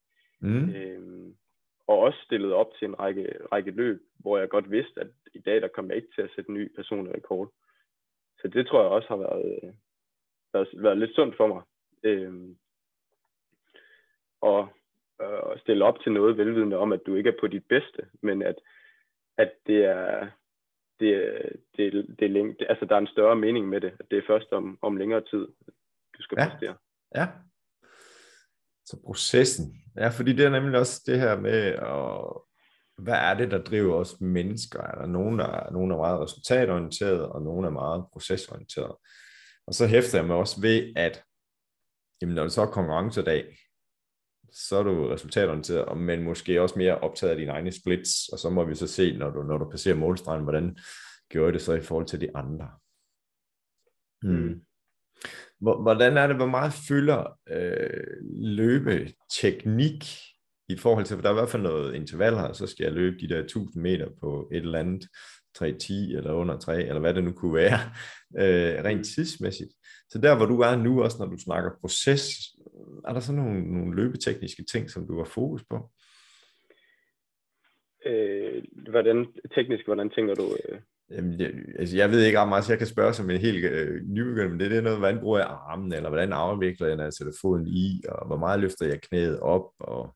Og også stillet op til en række løb, hvor jeg godt vidste, at i dag der kom jeg ikke til at sætte en ny personlig rekord. Så det tror jeg også har været lidt sundt for mig. Og stille op til noget velvidende om, at du ikke er på dit bedste, men at det er altså der er en større mening med det, at det er først om længere tid, du skal præstere. Ja. Så processen. Ja, fordi det er nemlig også det her med, hvad er det, der driver os mennesker? Er der nogen er meget resultatorienteret, og nogen er meget procesorienteret? Og så hæfter jeg mig også ved, at jamen, når det så er konkurrencedag, så er du resultatorienteret, men måske også mere optaget af dine egne splits, og så må vi så se, når du passerer målstregen, hvordan gør det så i forhold til de andre. Hvordan er det, hvor meget fylder løbeteknik i forhold til, for der er i hvert fald noget interval her, så skal jeg løbe de der 1000 meter på et eller andet 3:10 eller under 3, eller hvad det nu kunne være, rent tidsmæssigt. Så der, hvor du er nu, også når du snakker proces, er der så nogle løbetekniske ting, som du har fokus på? Hvordan tænker du? Jamen, jeg ved ikke ret meget, så jeg kan spørge som en helt nybegynder, men det er noget, hvordan bruger jeg armen, eller hvordan afvikler jeg, når jeg sætter foden i, og hvor meget løfter jeg knæet op? Og...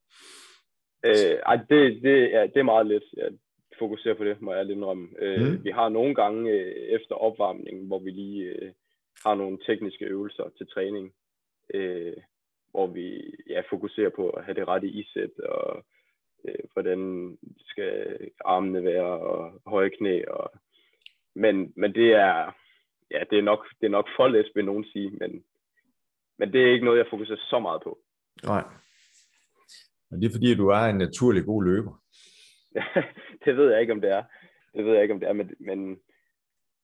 det er meget let. Jeg fokuserer på det, må jeg indrømme. Vi har nogle gange efter opvarmningen, hvor vi lige har nogle tekniske øvelser til træning, hvor vi fokuserer på at have det rette isæt, og hvordan skal armene være, og høje knæ. Men det er nok for let, vil nogen sige, men det er ikke noget, jeg fokuserer så meget på. Nej. Og det er fordi, du er en naturlig god løber. Det ved jeg ikke, om det er. Men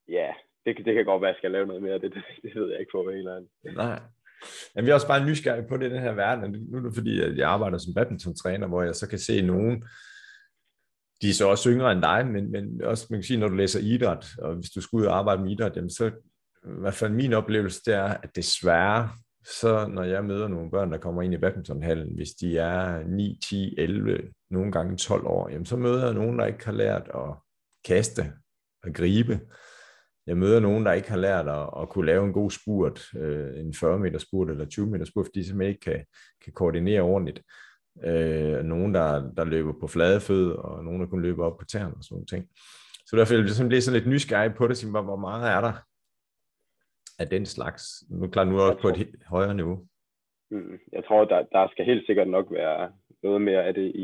Ja, det kan godt være, at jeg skal lave noget mere. Det ved jeg ikke for, hvad helt andet. Nej. Jamen, vi er også bare nysgerrige på det i den her verden. Nu er det fordi, at jeg arbejder som badminton-træner, hvor jeg så kan se nogen, de er så også yngre end dig, men også, man kan sige, når du læser idræt, og hvis du skal ud og arbejde med idræt, jamen så i hvert fald min oplevelse, det er, at desværre, så når jeg møder nogle børn, der kommer ind i badmintonhallen, hvis de er 9, 10, 11, nogle gange 12 år, jamen så møder jeg nogen, der ikke har lært at kaste og gribe. Jeg møder nogen, der ikke har lært at kunne lave en god spurt, en 40 meter spurt eller 20 meter spurt, fordi de simpelthen ikke kan koordinere ordentligt. Nogen, der løber på flade fødder, og nogen, der kun løber op på tæerne og sådan nogle ting. Så derfor er jeg sådan lidt nysgerrig på det, hvor meget er der af den slags? Nu er klart, nu er også på et højere niveau. Jeg tror, der skal helt sikkert nok være noget mere af det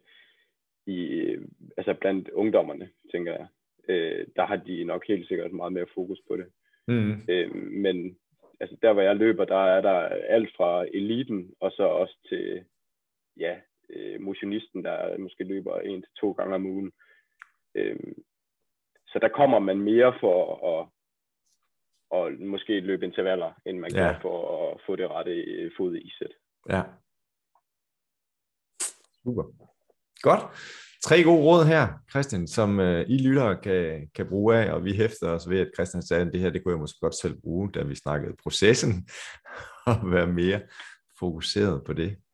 altså blandt ungdommerne, tænker jeg. Der har de nok helt sikkert meget mere fokus på det. Men altså der, hvor jeg løber, der er der alt fra eliten, og så også til motionisten, der måske løber 1 til 2 gange om ugen. Så der kommer man mere for at måske løbe intervaller, end man gør for at få det rette fod i sæt. Ja. Super. Godt. 3 gode råd her, Christian, som I lyttere kan bruge af, og vi hæfter os ved, at Christian sagde, at det her, det kunne jeg måske godt selv bruge, da vi snakkede processen, og være mere fokuseret på det.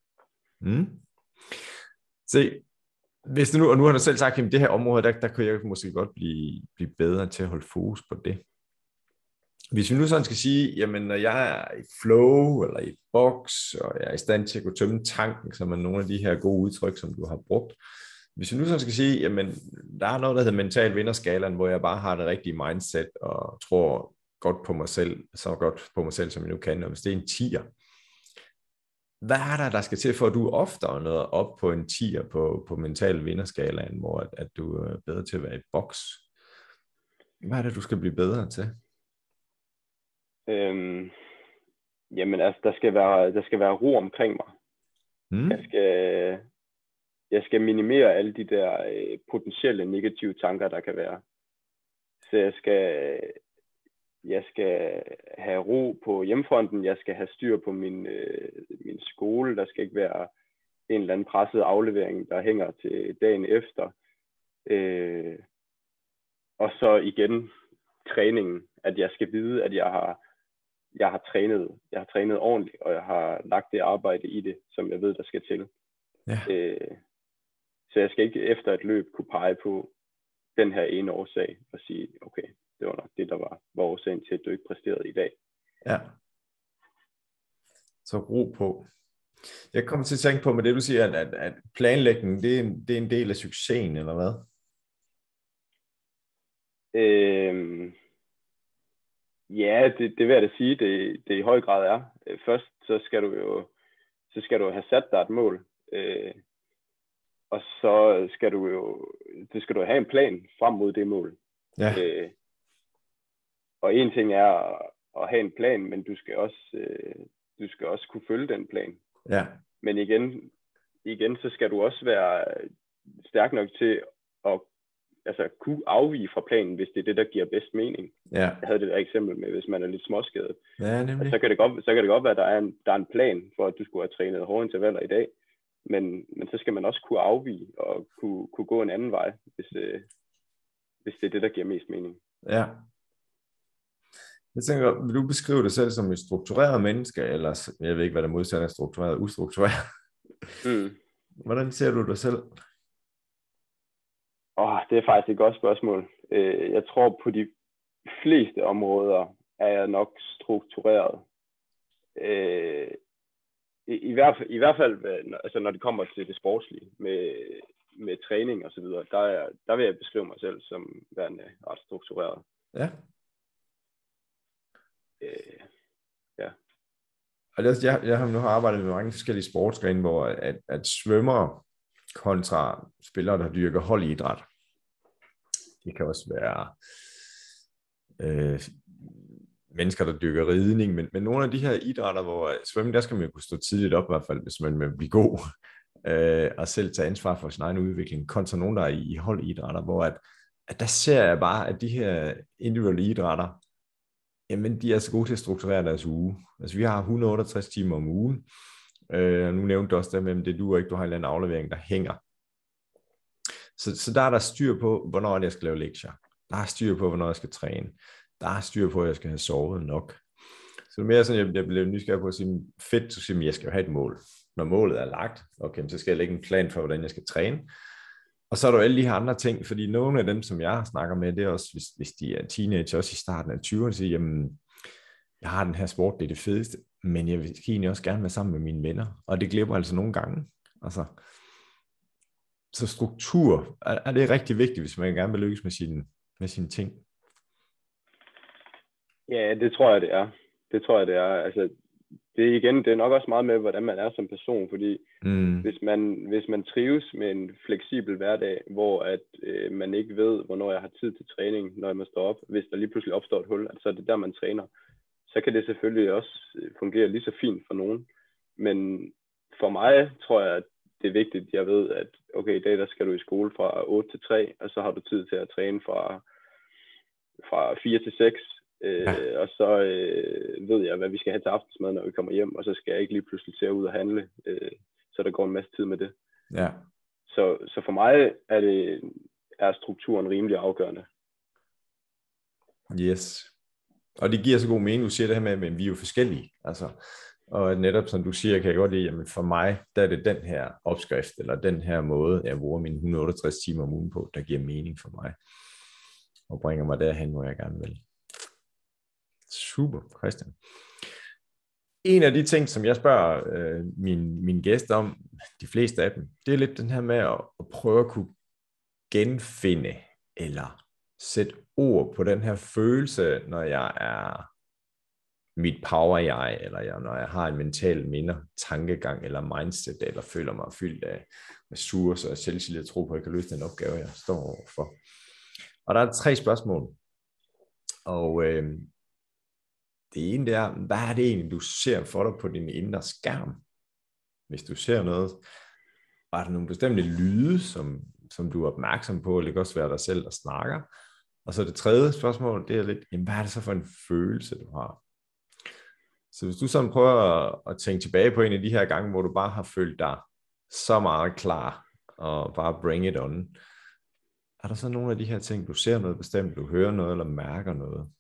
Se, hvis du nu har du selv sagt, at det her område, der kunne jeg måske godt blive bedre til at holde fokus på det. Hvis vi nu sådan skal sige, jamen når jeg er i flow, eller i boks, og jeg er i stand til at kunne tømme tanken, som er nogle af de her gode udtryk, som du har brugt. Hvis vi nu sådan skal sige, jamen der er noget, der hedder mental vinderskalaen, hvor jeg bare har det rigtige mindset, og tror godt på mig selv, så godt på mig selv, som jeg nu kan, og hvis det er en 10'er, hvad er der skal til, for at du oftere nåder op på en 10'er på mental vinderskalaen, hvor at du er bedre til at være i boks? Hvad er det, du skal blive bedre til? Jamen altså, der skal være ro omkring mig. Jeg skal minimere alle de der potentielle negative tanker, der kan være. Så jeg skal have ro på hjemmefronten, jeg skal have styr på min skole, der skal ikke være en eller anden presset aflevering, der hænger til dagen efter. Og så igen træningen, at jeg skal vide, at jeg har trænet ordentligt, og jeg har lagt det arbejde i det, som jeg ved, der skal til. Ja. Så jeg skal ikke efter et løb kunne pege på den her ene årsag og sige, okay, det var nok det, der var årsagen til, at du ikke præsterede i dag. Ja. Så ro på. Jeg kommer til at tænke på med det, du siger, at planlægning, det er en del af succesen, eller hvad? Ja, det vil jeg da sige, det i høj grad er. Først så skal du have sat dig et mål. Og så skal du have en plan frem mod det mål. Ja. Og en ting er at have en plan, men du skal også kunne følge den plan. Ja. Men igen så skal du også være stærk nok til at kunne afvige fra planen, hvis det er det, der giver bedst mening. Ja. Jeg havde det der eksempel med, hvis man er lidt småskadet. Ja, så kan det godt være, at der er en plan for, at du skulle have trænet hårde intervaller i dag. Men så skal man også kunne afvige og kunne gå en anden vej, hvis det er det, der giver mest mening. Ja. Jeg tænker, vil du beskrive dig selv som et struktureret menneske, eller jeg ved ikke, hvad der modsætter er struktureret og ustruktureret? Hvordan ser du dig selv? Det er faktisk et godt spørgsmål. Jeg tror, på de fleste områder er jeg nok struktureret. I hvert fald altså når det kommer til det sportslige med træning og så videre, der vil jeg beskrive mig selv som værende ret struktureret. Ja. Ja. Og jeg har nu arbejdet med mange forskellige sportsgrene, hvor at svømmere kontra spillere, der dyrker holdidræt. Det kan også være mennesker, der dyrker ridning, men nogle af de her idrætter, hvor svømning, der skal man jo kunne stå tidligt op i hvert fald, hvis man vil blive god, og selv tage ansvar for sin egen udvikling, kontra nogen, der er i holdidrætter, hvor at at der ser jeg bare, at de her individuelle idrætter, jamen de er så gode til at strukturere deres uge. Altså vi har 168 timer om ugen. Nu nævnte du også det med, at det duer ikke, du har en eller anden aflevering, der hænger. Så der er der styr på, hvornår jeg skal lave lektier. Der er styr på, hvornår jeg skal træne. Der er styr på, at jeg skal have sovet nok. Så det er mere sådan, jeg bliver nysgerrig på at sige, fedt, så siger jeg skal jo have et mål. Når målet er lagt, okay, så skal jeg lægge en plan for, hvordan jeg skal træne. Og så er der jo alle de her andre ting, fordi nogle af dem, som jeg snakker med, det er også, hvis de er teenager, også i starten af 20'erne, siger, jamen, jeg har den her sport, det er det fedeste, men jeg vil egentlig også gerne være sammen med mine venner, og det glemmer altså nogle gange. Altså, så struktur, er det rigtig vigtigt, hvis man gerne vil lykkes med sine ting? Ja, det tror jeg, det er. Altså, det er nok også meget med, hvordan man er som person, fordi hvis man trives med en fleksibel hverdag, hvor at man ikke ved, hvornår jeg har tid til træning, når jeg må stå op, hvis der lige pludselig opstår et hul, så er det der, man træner, så kan det selvfølgelig også fungere lige så fint for nogen. Men for mig tror jeg, at det er vigtigt, at jeg ved, at okay, i dag der skal du i skole fra 8 til 3, og så har du tid til at træne fra 4 til 6, og så ved jeg, hvad vi skal have til aftensmad, når vi kommer hjem, og så skal jeg ikke lige pludselig til at ud og handle, så der går en masse tid med det. Ja. Så for mig er strukturen rimelig afgørende. Yes. Og det giver så god mening, du siger det her med, at vi er jo forskellige, altså. Og netop som du siger, kan jeg godt lide, jamen for mig, der er det den her opskrift, eller den her måde, jeg bruger mine 168 timer om ugen på, der giver mening for mig, og bringer mig derhen, hvor jeg gerne vil. Super, Christian. En af de ting, som jeg spørger mine gæster om, de fleste af dem, det er lidt den her med at prøve at kunne genfinde, eller sætte ord på den her følelse, når jeg er mit power jeg, eller når jeg har en mental tankegang, eller mindset, eller føler mig fyldt af ressourcer og selvtillid, tro på, at jeg kan løse den opgave, jeg står overfor. Og der er 3 spørgsmål. Og det ene er, hvad er det egentlig, du ser for dig på din indre skærm? Hvis du ser noget, er der nogle bestemte lyde, som du er opmærksom på, eller det kan også være dig selv, der snakker. Og så det 3. spørgsmål, det er lidt, jamen, hvad er det så for en følelse, du har? Så hvis du sådan prøver at tænke tilbage på en af de her gange, hvor du bare har følt dig så meget klar, og bare bring it on, er der så nogle af de her ting, du ser noget bestemt, du hører noget, eller mærker noget?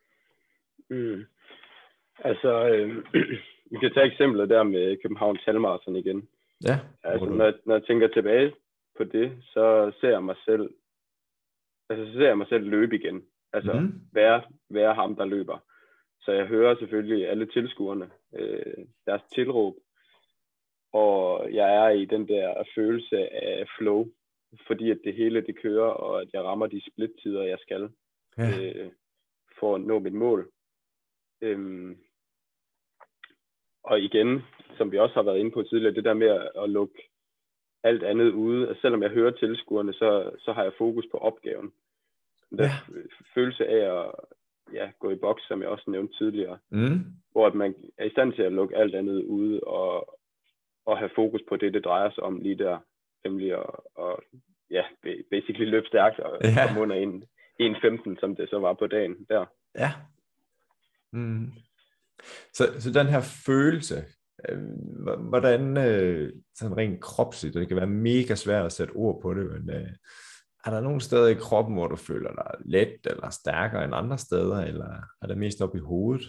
Altså, vi kan tage eksemplet der med Københavns Halmarathon igen. Ja. Altså, når jeg tænker tilbage på det, så ser jeg mig selv løbe igen. Altså, være ham, der løber. Så jeg hører selvfølgelig alle tilskuerne, deres tilråb, og jeg er i den der følelse af flow, fordi at det hele det kører, og at jeg rammer de splittider, jeg skal, for at nå mit mål. Og igen, som vi også har været inde på tidligere, det der med at lukke alt andet ude, at selvom jeg hører tilskuerne, så har jeg fokus på opgaven. Den følelse af at gå i boks, som jeg også nævnte tidligere, hvor at man er i stand til at lukke alt andet ude, og have fokus på det drejer sig om lige der, nemlig at basically løbe stærkt og komme under 1.15, som det så var på dagen der. Ja. Så den her følelse, hvordan sådan rent kropsligt, det kan være mega svært at sætte ord på det, men er der nogle steder i kroppen, hvor du føler dig let eller stærkere end andre steder, eller er det mest op i hovedet?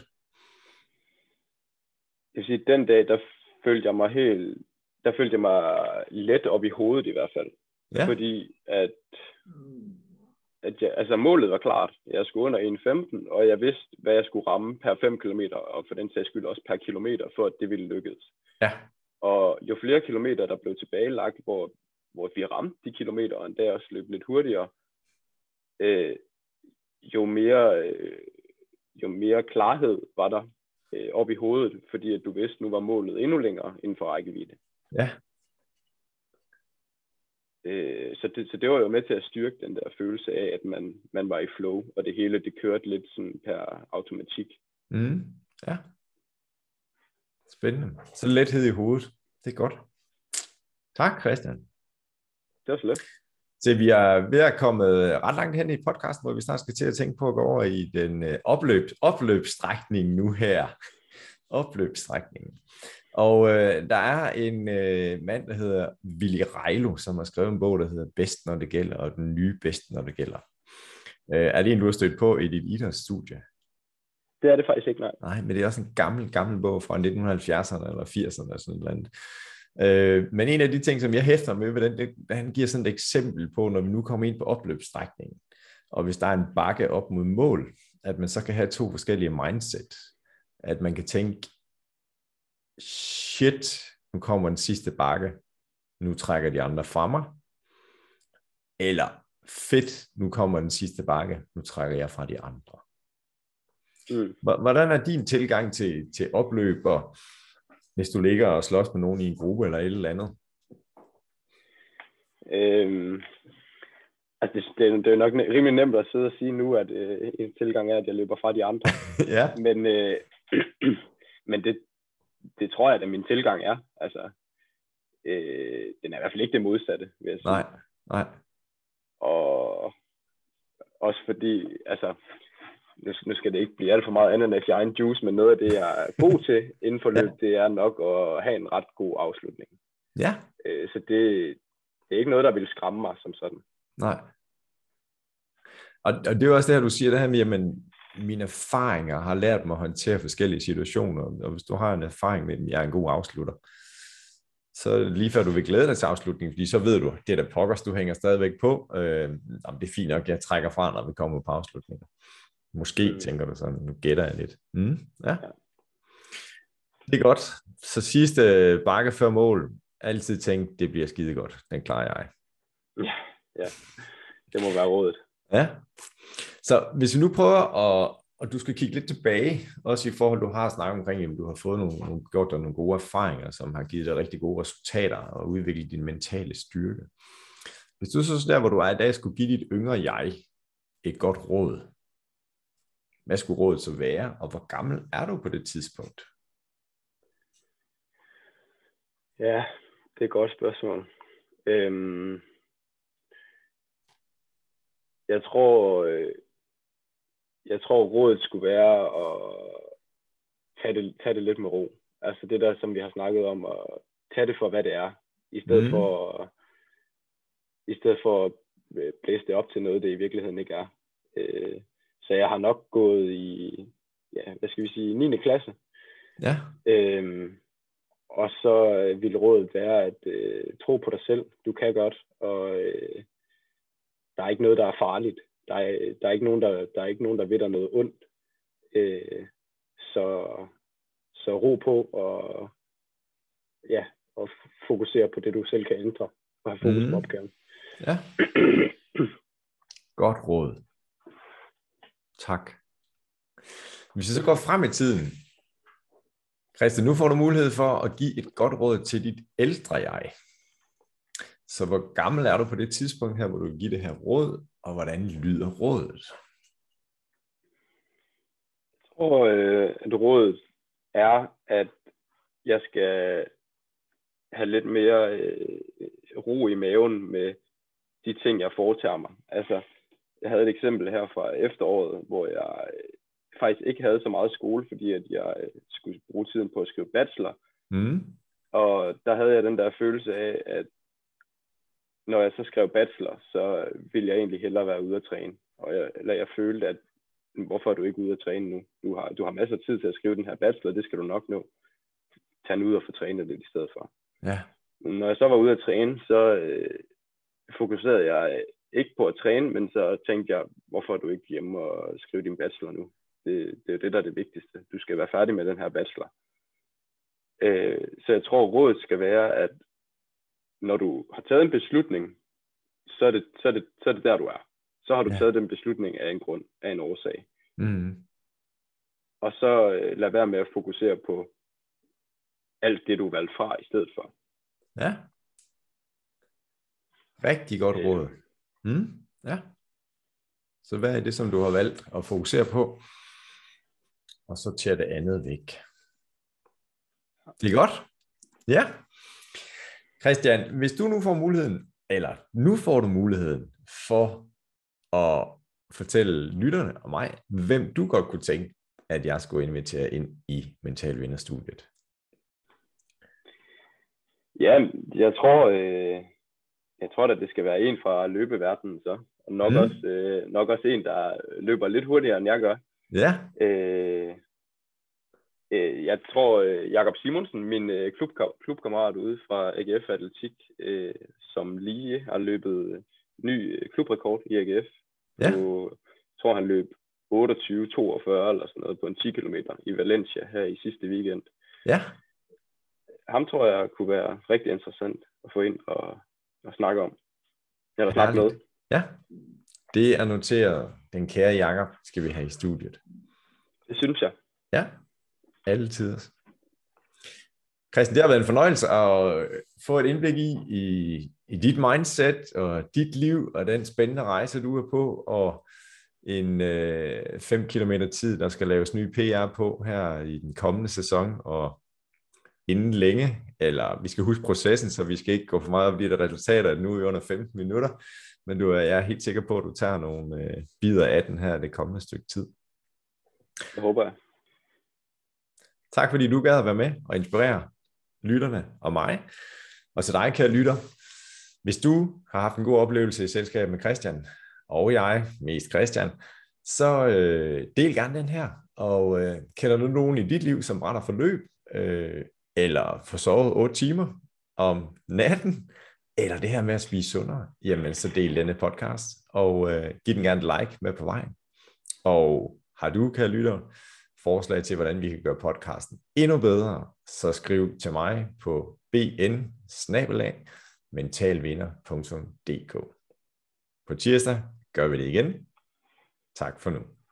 Jeg vil sige, den dag, der følte jeg mig let op i hovedet i hvert fald. Ja. Fordi at målet var klart. Jeg skulle under 1.15, og jeg vidste, hvad jeg skulle ramme per 5 kilometer, og for den sags skyld også per kilometer, for at det ville lykkes. Ja. Og jo flere kilometer, der blev tilbagelagt, hvor vi ramte de kilometer, og endda også løb lidt hurtigere, jo mere klarhed var der op i hovedet, fordi at du vidste, nu var målet endnu længere inden for rækkevidde. Ja. Så det var jo med til at styrke den der følelse af, at man var i flow, og det hele det kørte lidt sådan per automatik. Ja. Spændende. Så lethed i hovedet. Det er godt. Tak, Christian. Det var så let. Så vi er ved at komme ret langt hen i podcasten, hvor vi snart skal til at tænke på at gå over i den opløbsstrækning nu her. Opløbsstrækningen. Og der er en mand, der hedder Willy Rejlo, som har skrevet en bog, der hedder Bedst, når det gælder, og den nye Bedst, når det gælder. Er det en, du har stødt på i dit idrætsstudie? Det er det faktisk ikke, nej. Nej, men det er også en gammel bog fra 1970'erne eller 80'erne eller sådan noget. Men en af de ting, som jeg hæfter med ved den, han giver sådan et eksempel på, når vi nu kommer ind på opløbsstrækningen, og hvis der er en bakke op mod mål, at man så kan have to forskellige mindset. At man kan tænke, shit, nu kommer den sidste bakke, nu trækker de andre fra mig. Eller fedt, nu kommer den sidste bakke, nu trækker jeg fra de andre. Hvordan er din tilgang til opløb, og hvis du ligger og slås med nogen i en gruppe eller et eller andet? Altså det er nok rimelig nemt at sidde og sige nu, at en tilgang er, at jeg løber fra de andre. Ja. Men det tror jeg, at min tilgang er. Altså, den er i hvert fald ikke det modsatte, vil jeg sige. Nej. Og også fordi, altså, nu skal det ikke blive alt for meget andet end at egen juice, men noget af det, jeg er god til inden for løb, det er nok at have en ret god afslutning. Ja. Så det er ikke noget, der vil skræmme mig som sådan. Nej. Og det er jo også det her, du siger, det her med, jamen, mine erfaringer har lært mig at håndtere forskellige situationer, og hvis du har en erfaring med, at jeg er en god afslutter, så lige før du vil glæde dig til afslutningen, fordi så ved du, det er der pokkers, du hænger stadigvæk på, det er fint nok, jeg trækker fra, når vi kommer på afslutningen. Måske tænker du sådan, nu gætter jeg lidt. Ja. Det er godt. Så sidste bakke før mål, altid tænk, det bliver skide godt, den klarer jeg. Ja, det må være rådet. Ja, så hvis vi nu prøver og du skal kigge lidt tilbage, også i forhold du har snakket omkring, at du har fået gjort dig nogle gode erfaringer, som har givet dig rigtig gode resultater og udviklet din mentale styrke. Hvis du så der, hvor du er i dag, skulle give dit yngre jeg et godt råd, hvad skulle rådet så være, og hvor gammel er du på det tidspunkt? Ja, det er et godt spørgsmål. Jeg tror rådet skulle være at tage det lidt med ro. Altså det der, som vi har snakket om, at tage det for, hvad det er, i stedet for at blæse det op til noget, det i virkeligheden ikke er. Så jeg har nok gået i, 9. klasse. Ja. Og så vil rådet være at tro på dig selv. Du kan godt, og der er ikke noget, der er farligt. Der er ikke nogen, der ved dig noget ondt. Så ro på og fokusere på det, du selv kan ændre, og have fokus på opgaven. Ja. Godt råd. Tak. Hvis vi så går frem i tiden, Christian, nu får du mulighed for at give et godt råd til dit ældre jeg. Så hvor gammel er du på det tidspunkt her, hvor du vil give det her råd, og hvordan lyder rådet? Jeg tror, at rådet er, at jeg skal have lidt mere ro i maven med de ting, jeg foretager mig. Altså, jeg havde et eksempel her fra efteråret, hvor jeg faktisk ikke havde så meget skole, fordi at jeg skulle bruge tiden på at skrive bachelor. Og der havde jeg den der følelse af, at når jeg så skrev bachelor, så ville jeg egentlig hellere være ude at træne. Og jeg følte, at hvorfor er du ikke ude at træne nu? Du har masser af tid til at skrive den her bachelor, det skal du nok nå. Tag den ud og få trænet det i stedet for. Ja. Når jeg så var ude at træne, så fokuserede jeg ikke på at træne, men så tænkte jeg, hvorfor er du ikke hjemme og skrive din bachelor nu? Det er det, der er det vigtigste. Du skal være færdig med den her bachelor. Så jeg tror, rådet skal være, at når du har taget en beslutning, så er det der, du er. Så har du taget den beslutning af en grund, af en årsag. Og så lad være med at fokusere på alt det, du valgte fra i stedet for. Ja. Rigtig godt råd. Ja. Så hvad er det, som du har valgt at fokusere på? Og så tager det andet væk. Det er godt. Ja. Christian, hvis du nu får muligheden eller nu får du muligheden for at fortælle lytterne og mig, hvem du godt kunne tænke, at jeg skulle invitere ind i Mental Vinder-studiet. Ja, jeg tror at det skal være en fra løbeverdenen så. Og nok også en, der løber lidt hurtigere, end jeg gør. Ja. Jeg tror, Jakob Simonsen, min klubkammerat ude fra AGF Atletik, som lige har løbet ny klubrekord i AGF. Ja. Jeg tror, han løb 28-42 eller sådan noget på en 10 km i Valencia her i sidste weekend. Ja. Ham tror jeg kunne være rigtig interessant at få ind og snakke om. Eller snakke med. Ja, det er noteret. Den kære Jakob skal vi have i studiet. Det synes jeg. Ja, altid. Christian, det har været en fornøjelse at få et indblik i dit mindset og dit liv og den spændende rejse, du er på, og en 5 kilometer tid, der skal laves ny PR på her i den kommende sæson, og inden længe, eller vi skal huske processen, så vi skal ikke gå for meget op i de resultater nu i under 15 minutter, men jeg er helt sikker på, at du tager nogle bidder af den her det kommende stykke tid. Det håber jeg. Tak fordi du gad at være med og inspirere lytterne og mig. Og til dig, kære lytter, hvis du har haft en god oplevelse i selskab med Christian, og jeg, mest Christian, så del gerne den her. Og kender du nogen i dit liv, som brænder for løb, eller får sovet 8 timer om natten, eller det her med at spise sundere, jamen så del denne podcast, og giv den gerne et like med på vejen. Og har du, kære lytter, forslag til, hvordan vi kan gøre podcasten endnu bedre, så skriv til mig på bn@mentalvinder.dk. På tirsdag gør vi det igen. Tak for nu.